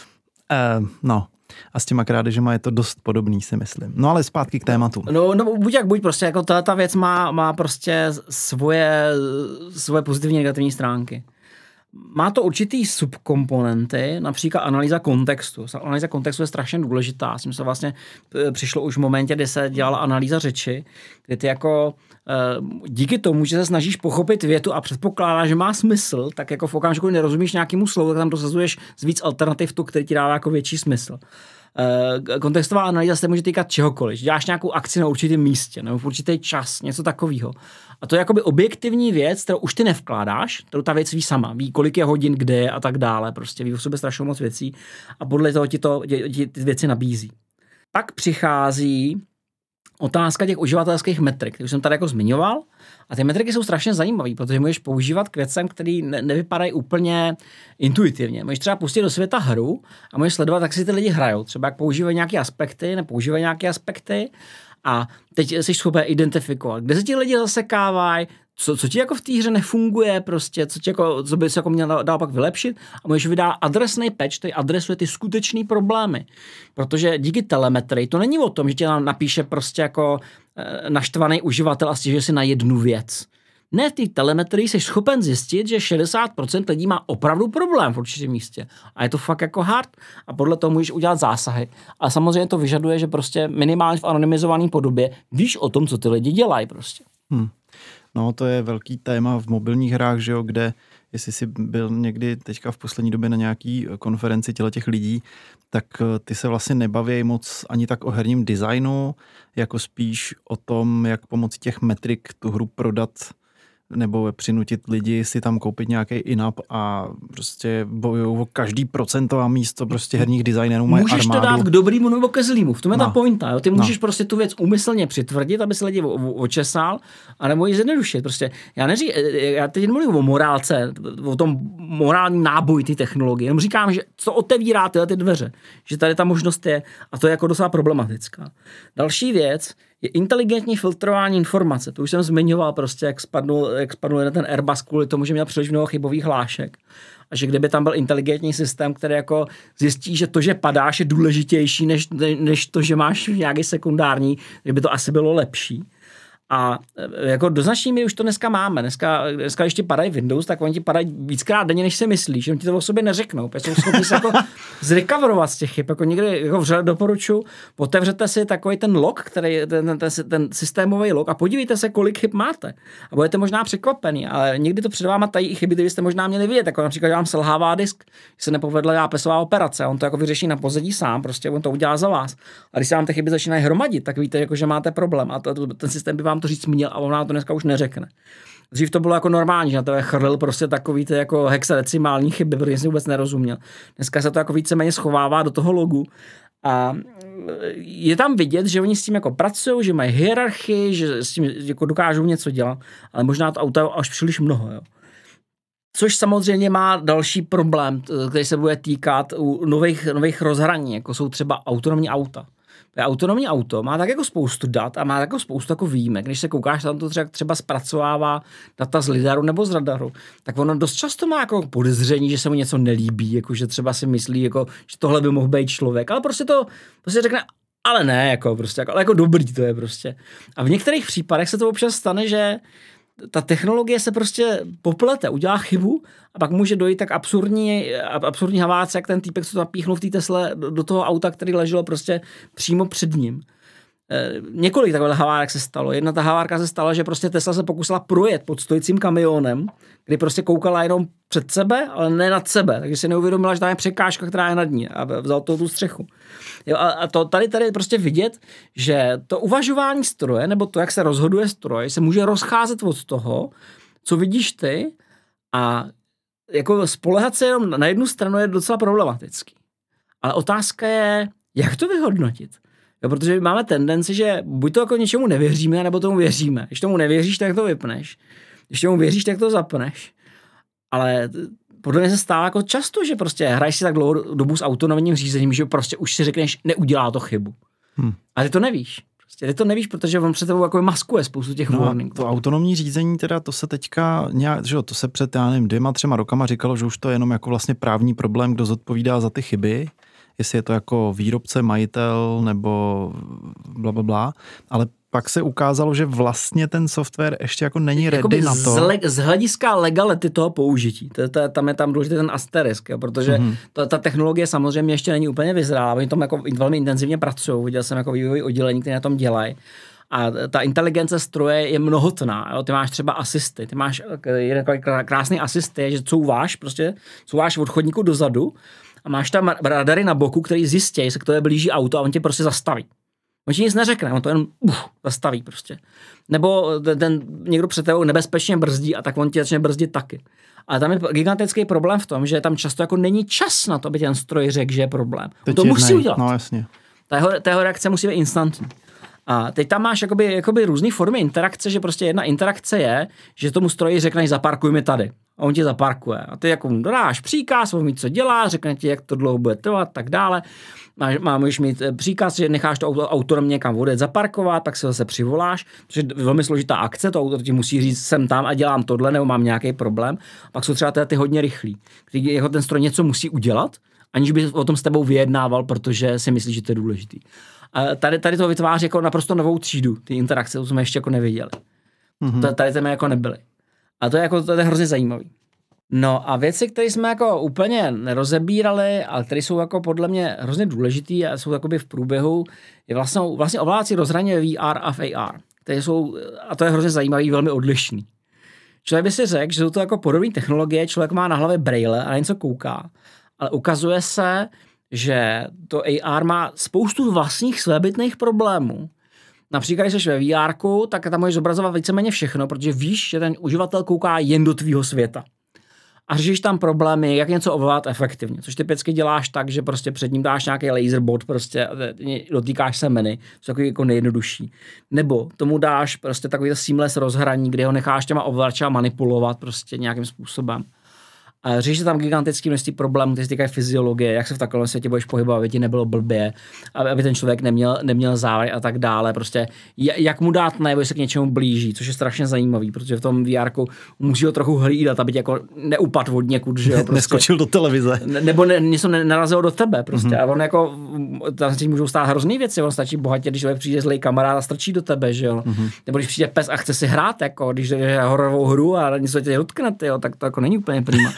No. A s těma krádežema je to dost podobný, si myslím. No ale zpátky k tématu. No buď jak buď, prostě jako ta věc má prostě svoje pozitivní negativní stránky. Má to určitý subkomponenty, například analýza kontextu. Analýza kontextu je strašně důležitá. S tím se vlastně přišlo už v momentě, kdy se dělala analýza řeči, kdy ty jako díky tomu, že se snažíš pochopit větu a předpokládáš, že má smysl, tak jako v okamžiku, kdy nerozumíš nějakému slovu, tak tam dosazuješ z víc alternativ tu, který ti dává jako větší smysl. Kontextová analýza se může týkat čehokoliv. Děláš nějakou akci na určitém místě nebo v určitý čas, něco takového. A to je jakoby objektivní věc, kterou už ty nevkládáš, kterou ta věc ví sama, ví, kolik je hodin, kde je a tak dále, prostě ví o sobě strašnou moc věcí a podle toho ti ty věci nabízí. Pak přichází otázka těch uživatelských metrik, které jsem tady jako zmiňoval, a ty metriky jsou strašně zajímavé, protože můžeš používat k věcem, které nevypadají úplně intuitivně. Můžeš třeba pustit do světa hru a můžeš sledovat, jak si ty lidi hrajou, třeba jak používají nějaké aspekty, nepoužívají nějaké aspekty a teď jsi schopen identifikovat, kde se ti lidi zasekávají, co ti jako v té hře nefunguje prostě, co by se jako měl dál pak vylepšit a můžeš vydat adresný patch, který adresuje ty skutečný problémy. Protože díky telemetrii to není o tom, že tě napíše prostě jako naštvaný uživatel a stěžuje si na jednu věc. Ne, v té telemetrii jsi schopen zjistit, že 60% lidí má opravdu problém v určitém místě. A je to fakt jako hard. A podle toho můžeš udělat zásahy. A samozřejmě to vyžaduje, že prostě minimálně v anonymizované podobě víš o tom, co ty lidi dělají prostě. No, to je velký téma v mobilních hrách, že jo, kde, jestli jsi byl někdy teďka v poslední době na nějaký konferenci těch lidí, tak ty se vlastně nebaví moc ani tak o herním designu, jako spíš o tom, jak pomocí těch metrik tu hru prodat nebo přinutit lidi si tam koupit nějaký in-app a prostě bojují o každý procento a místo prostě herních designerů mají armádu. Můžeš to dát k dobrýmu nebo ke zlýmu, v tom je ta pointa. Jo? Ty můžeš prostě tu věc úmyslně přitvrdit, aby se lidi očesal, anebo ji zjednodušit. Prostě já teď mluvím o morálce, o tom morálním náboji ty technologie. Jenom říkám, že co otevírá tyhle ty dveře, že tady ta možnost je a to je jako docela problematická. Další věc je inteligentní filtrování informace. To už jsem zmiňoval prostě, jak spadnul jeden ten Airbus kvůli tomu, že měl příliš mnoho chybových hlášek. A že kdyby tam byl inteligentní systém, který jako zjistí, že to, že padáš, je důležitější, než to, že máš nějaký sekundární, kdyby to asi bylo lepší. A jako do značné míry už to dneska máme. Dneska když ti padají Windows, tak oni ti padají víckrát denně, než si myslíš. Oni ti to o sobě neřeknou. Jsou schopni se jako zrecoverovat z těch chyb. Jako někdy jako vřele doporučuji, otevřete si takový ten log, který ten systémový log a podívejte se, kolik chyb máte. A budete možná překvapený, ale někdy to před váma tají i chyby, které jste možná měli vidět. Jako například, že vám selhává disk, že se nepovedla zápisová operace. On to jako vyřeší na pozadí sám, prostě on to udělá za vás. A když se vám ty chyby začínají hromadit, tak víte, jako, že máte problém. A ten systém by vám to říct měl a on nám to dneska už neřekne. Dřív to bylo jako normální, že na tebe chrlil prostě takový ty jako hexadecimální chyby, protože jsem vůbec nerozuměl. Dneska se to jako víceméně schovává do toho logu a je tam vidět, že oni s tím jako pracují, že mají hierarchii, že s tím jako dokážou něco dělat, ale možná to auto až příliš mnoho, jo. Což samozřejmě má další problém, který se bude týkat u nových rozhraní, jako jsou třeba autonomní auta. Autonomní auto má tak jako spoustu dat a má jako spoustu jako výjimek. Když se koukáš, tam to třeba zpracovává data z lidaru nebo z radaru, tak ono dost často má jako podezření, že se mu něco nelíbí, jako že třeba si myslí, jako, že tohle by mohl být člověk, ale prostě řekne, ale ne, jako prostě, ale jako dobrý to je prostě. A v některých případech se to občas stane, že ta technologie se prostě poplete, udělá chybu a pak může dojít tak absurdní haváce, jak ten týpek, co to napíchnul v té Tesle do toho auta, který leželo prostě přímo před ním. Několik takových havárek se stalo. Jedna ta havárka se stala, že prostě Tesla se pokusila projet pod stojícím kamionem, kdy prostě koukala jenom před sebe, ale ne nad sebe. Takže si neuvědomila, že tam je překážka, která je nad ní a vzal tu střechu. Jo, a to tady je prostě vidět, že to uvažování stroje, nebo to, jak se rozhoduje stroj, se může rozcházet od toho, co vidíš ty a jako spolehat se jenom na jednu stranu je docela problematický. Ale otázka je, jak to vyhodnotit. Jo, protože máme tendenci, že buď to jako něčemu nevěříme, nebo tomu věříme. Když tomu nevěříš, tak to vypneš. Když tomu věříš, tak to zapneš. Ale podle mě se stává jako často, že prostě hraješ si tak dlouhou dobu s autonomním řízením, že prostě už si řekneš, neudělá to chybu. A ty to nevíš. Prostě ty to nevíš, protože on před tebou jako maskuje spoustu těch warningů. To autonomní řízení teda, to se teďka nějak, že jo, to se před 2-3 rokama říkalo, že už to je jenom jako vlastně právní problém, kdo zodpovídá za ty chyby, jestli je to jako výrobce, majitel nebo blablabla, ale pak se ukázalo, že vlastně ten software ještě jako není ready na to. Z hlediska legality toho použití. Tam je důležitý ten asterisk, jo, protože ta technologie samozřejmě ještě není úplně vyzrálá. Oni tam jako velmi intenzivně pracují. Viděl jsem jako vývojové oddělení, které na tom dělají. A ta inteligence stroje je mnohotná. Jo. Ty máš třeba asisty. Ty máš jeden krásný asist, je, že couváš od chodníku dozadu a máš tam radary na boku, který zjistí, jestli k tobě blíží auto a on tě prostě zastaví. On ti nic neřekne, on to jen zastaví prostě. Nebo někdo před tebou nebezpečně brzdí a tak on ti začne brzdit taky. Ale tam je gigantický problém v tom, že tam často jako není čas na to, aby ten stroj řekl, že je problém. On to musí udělat. No jasně. Ta jeho reakce musí být instantní. A teď tam máš jakoby různé formy interakce, že prostě jedna interakce je, že tomu stroji řekneš zaparkuj mi tady. A on ti zaparkuje. A ty jako mu dodáš příkaz, on ví, co dělá, řekne ti, jak to dlouho bude trvat, tak dále. Můžeš mít příkaz, že necháš to auto někam odjet zaparkovat, pak se zase přivoláš, což je velmi složitá akce, to auto ti musí říct, jsem tam a dělám tohle, nebo mám nějaký problém. Pak jsou třeba ty hodně rychlí, kdy jako ten stroj něco musí udělat, aniž by o tom s tebou vyjednával, protože si myslí, že to je důležitý. A tady to vytváří jako naprosto novou třídu, ty interakce, to jsme ještě jako neviděli. Tady jsme jako nebyli. A to je hrozně zajímavý. No a věci, které jsme jako úplně nerozebírali, ale které jsou jako podle mě hrozně důležitý a jsou jakoby v průběhu, je vlastně ovládací rozhraní ve VR a v AR. Které jsou, a to je hrozně zajímavý, velmi odlišný. Člověk by si řekl, že jsou to jako podobné technologie, člověk má na hlavě brejle a něco kouká, ale ukazuje se, že to AR má spoustu vlastních svébytných problémů. Například, když jsi ve VR, tak tam můžeš zobrazovat víceméně všechno, protože víš, že ten uživatel kouká jen do tvýho světa. A řešíš tam problémy, jak něco ovládat efektivně, což typicky děláš tak, že prostě před ním dáš nějaký laserbot, prostě dotýkáš se menu, což je jako nejjednodušší. Nebo tomu dáš prostě takový seamless rozhraní, kde ho necháš těma ovladačema manipulovat prostě nějakým způsobem. A řeší se tam gigantický množství problémů, které se týkají fyziologie, jak se v takovém světě budeš pohybovat, aby ti nebylo blbě, aby ten člověk neměl závaj a tak dále. Prostě jak mu dát najevo, se k něčemu blíží, což je strašně zajímavý, protože v tom VR musí ho trochu hlídat, aby tě jako neupadl od někud, že jo. Prostě. Neskočil do televize. Nebo něco nenarazilo do tebe prostě. A on jako, tam se můžou stát hrozný věci, on stačí bohatě, když přijde zlej kamarád a strčí do tebe, že jo. Nebo když přijde pes a chce si hrát, jako když je hororovou hru a něco tě dotkne, tak to jako není úplně prima.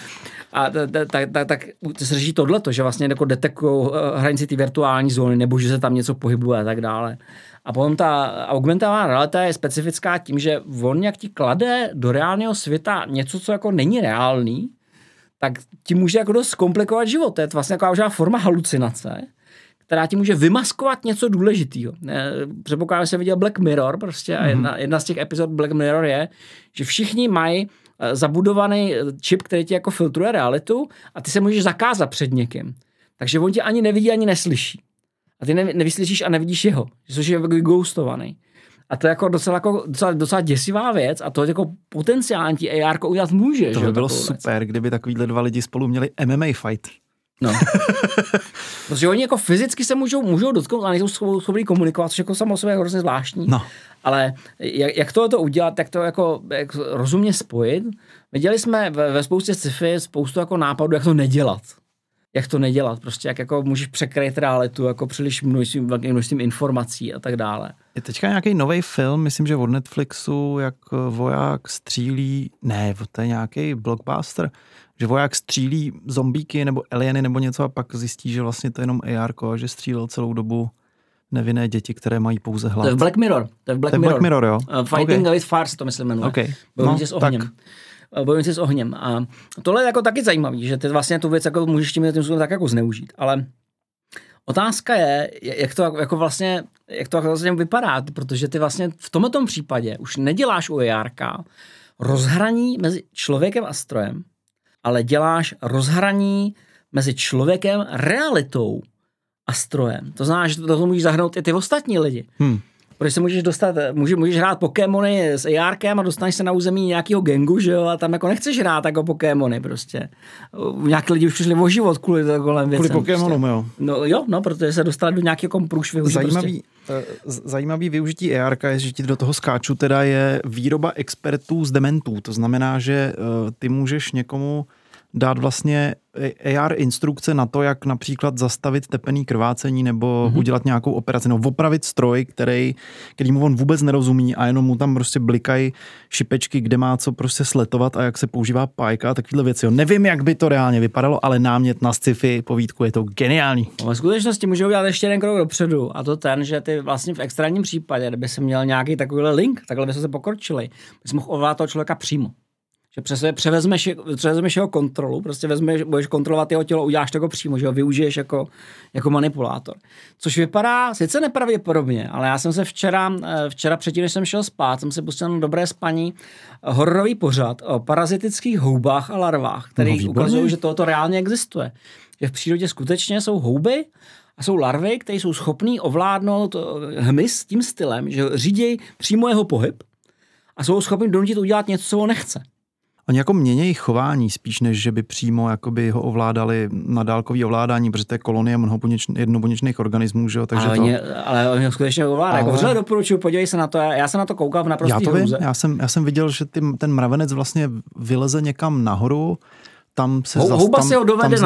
A tak se řeší tohleto, že vlastně jako detekují hranici ty virtuální zóny, nebo že se tam něco pohybuje a tak dále. A potom ta augmentovaná realita je specifická tím, že on jak ti klade do reálného světa něco, co jako není reálný, tak ti může jako dost komplikovat život. To je vlastně jako forma halucinace, která ti může vymaskovat něco důležitého. Předpokládám, že jsem viděl Black Mirror, prostě a jedna z těch epizod Black Mirror je, že všichni mají zabudovaný čip, který ti jako filtruje realitu a ty se můžeš zakázat před někým. Takže on tě ani nevidí, ani neslyší. A ty nevyslyšíš a nevidíš jeho, což je ghostovaný. A to je jako docela děsivá věc a to jako potenciálně ti AR udělat může. To by bylo super, věc. Kdyby takovýhle dva lidi spolu měli MMA fight. No. Protože oni jako fyzicky se můžou dotknout a nejsou schopni komunikovat, což jako samo o sobě je hrozně zvláštní. No. Ale jak to udělat, jak to jako jak rozumně spojit. Viděli jsme ve spoustě sci-fi spoustu jako nápadů, jak to nedělat. Jak to nedělat, prostě jak jako můžeš překrýt realitu, jako příliš množstvím informací a tak dále. Je teďka nějaký nový film, myslím, že od Netflixu, jak voják střílí, ne, to je nějaký blockbuster, že voják střílí zombíky nebo alieny nebo něco a pak zjistí, že vlastně to je jenom AR-ko a že střílel celou dobu nevinné děti, které mají pouze hlad. To je v Black Mirror. To je Black Mirror, jo? Fighting with Fire se to myslím jmenuje. Okay. Bojovníci s ohněm. Bojovníci s ohněm. A tohle je jako taky zajímavý, že ty vlastně tu věc jako můžeš tím způsobem tak jako zneužít. Ale otázka je, jak to vlastně vypadá, protože ty vlastně v tomto případě už neděláš u AR-ka rozhraní mezi člověkem a strojem, ale děláš rozhraní mezi člověkem, realitou a strojem. To znamená, že to můžeš zahrnout i ty ostatní lidi. Protože se můžeš dostat, můžeš hrát Pokémony s ARkem a dostaneš se na území nějakého gangu, že jo, a tam jako nechceš hrát jako Pokémony prostě. Nějaký lidi už přišli o život kvůli takovým věcem. Kvůli Pokémonům, prostě. No, protože se dostali do nějakého průšvihu. Zajímavý využití ARka je, že ti do toho skáču teda je výroba expertů z dementů. To znamená, že ty můžeš někomu dát vlastně AR instrukce na to, jak například zastavit tepený krvácení nebo udělat nějakou operaci, nebo opravit stroj, který mu on vůbec nerozumí a jenom mu tam prostě blikají šipečky, kde má co prostě sletovat a jak se používá pájka a takovýhle věci. Nevím, jak by to reálně vypadalo, ale námět na sci-fi povídku je to geniální. No, ve skutečnosti můžou udělat ještě jeden krok dopředu a to ten, že ty vlastně v extrémním případě, kdyby se měl nějaký takovýhle link, takhle by se pokročili, bys mohl ovládat toho člověka přímo. Že převezmeš jeho kontrolu, prostě budeš kontrolovat jeho tělo, uděláš to přímo, že ho využiješ jako manipulátor. Což vypadá sice nepravděpodobně, ale já jsem se včera předtím, než jsem šel spát, jsem se pustil na dobré spaní hororový pořad o parazitických houbách a larvách, který ukazují, že tohoto reálně existuje. Že v přírodě skutečně jsou houby a jsou larvy, které jsou schopný ovládnout hmyz tím stylem, že řídí přímo jeho pohyb a jsou schopni donutit udělat něco, co on nechce. Oni jako měnějí chování spíš, než že by přímo jakoby ho ovládali na dálkový ovládání, protože to je kolonie jednobuněčných organismů, že jo, takže ale oni ho skutečně ovládají. Jako vřele doporučuji, podívej se na to, já jsem na to koukal v naprostý hrůze. Já jsem viděl, že ten mravenec vlastně vyleze někam nahoru, tam se houba se ho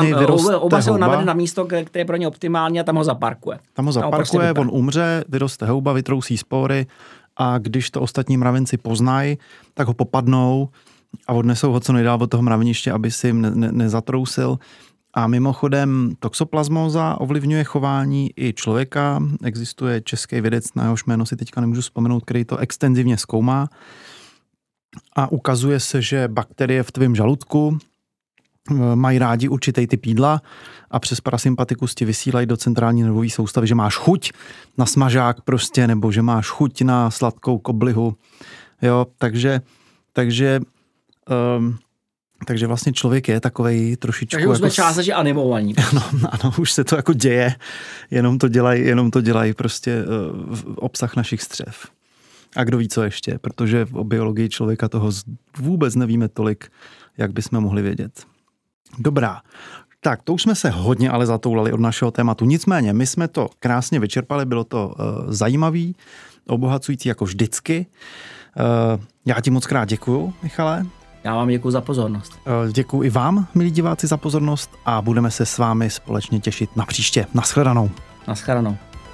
navede na místo, které je pro ně optimální a tam ho zaparkuje. On umře, vyroste houba, vytrousí spory a když to ostatní mravenci poznají, tak ho popadnou a odnesou ho co nejdál od toho mraveniště, aby si jim nezatrousil. A mimochodem toxoplasmóza ovlivňuje chování i člověka. Existuje český vědec, na jehož jméno si teďka nemůžu vzpomenout, který to extenzivně zkoumá. A ukazuje se, že bakterie v tvém žaludku mají rádi určitý typ jídla a přes parasympatikus ti vysílají do centrální nervové soustavy, že máš chuť na smažák prostě, nebo že máš chuť na sladkou koblihu. Jo, takže vlastně člověk je takovej trošičku... Takže už jsme částečně animovaní. Ano, už se to jako děje, jenom to dělají prostě obsah našich střev. A kdo ví, co ještě, protože o biologii člověka toho vůbec nevíme tolik, jak bychom mohli vědět. Dobrá, tak to už jsme se hodně ale zatoulali od našeho tématu. Nicméně, my jsme to krásně vyčerpali, bylo to zajímavý, obohacující jako vždycky. Já ti moc krát děkuju, Michale. Já vám děkuju za pozornost. Děkuju i vám, milí diváci, za pozornost a budeme se s vámi společně těšit na příště. Naschledanou. Naschledanou.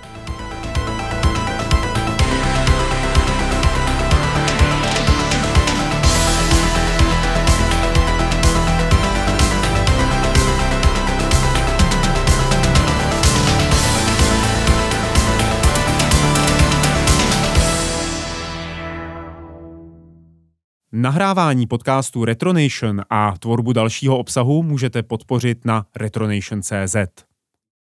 Nahrávání podcastu Retronation a tvorbu dalšího obsahu můžete podpořit na retronation.cz.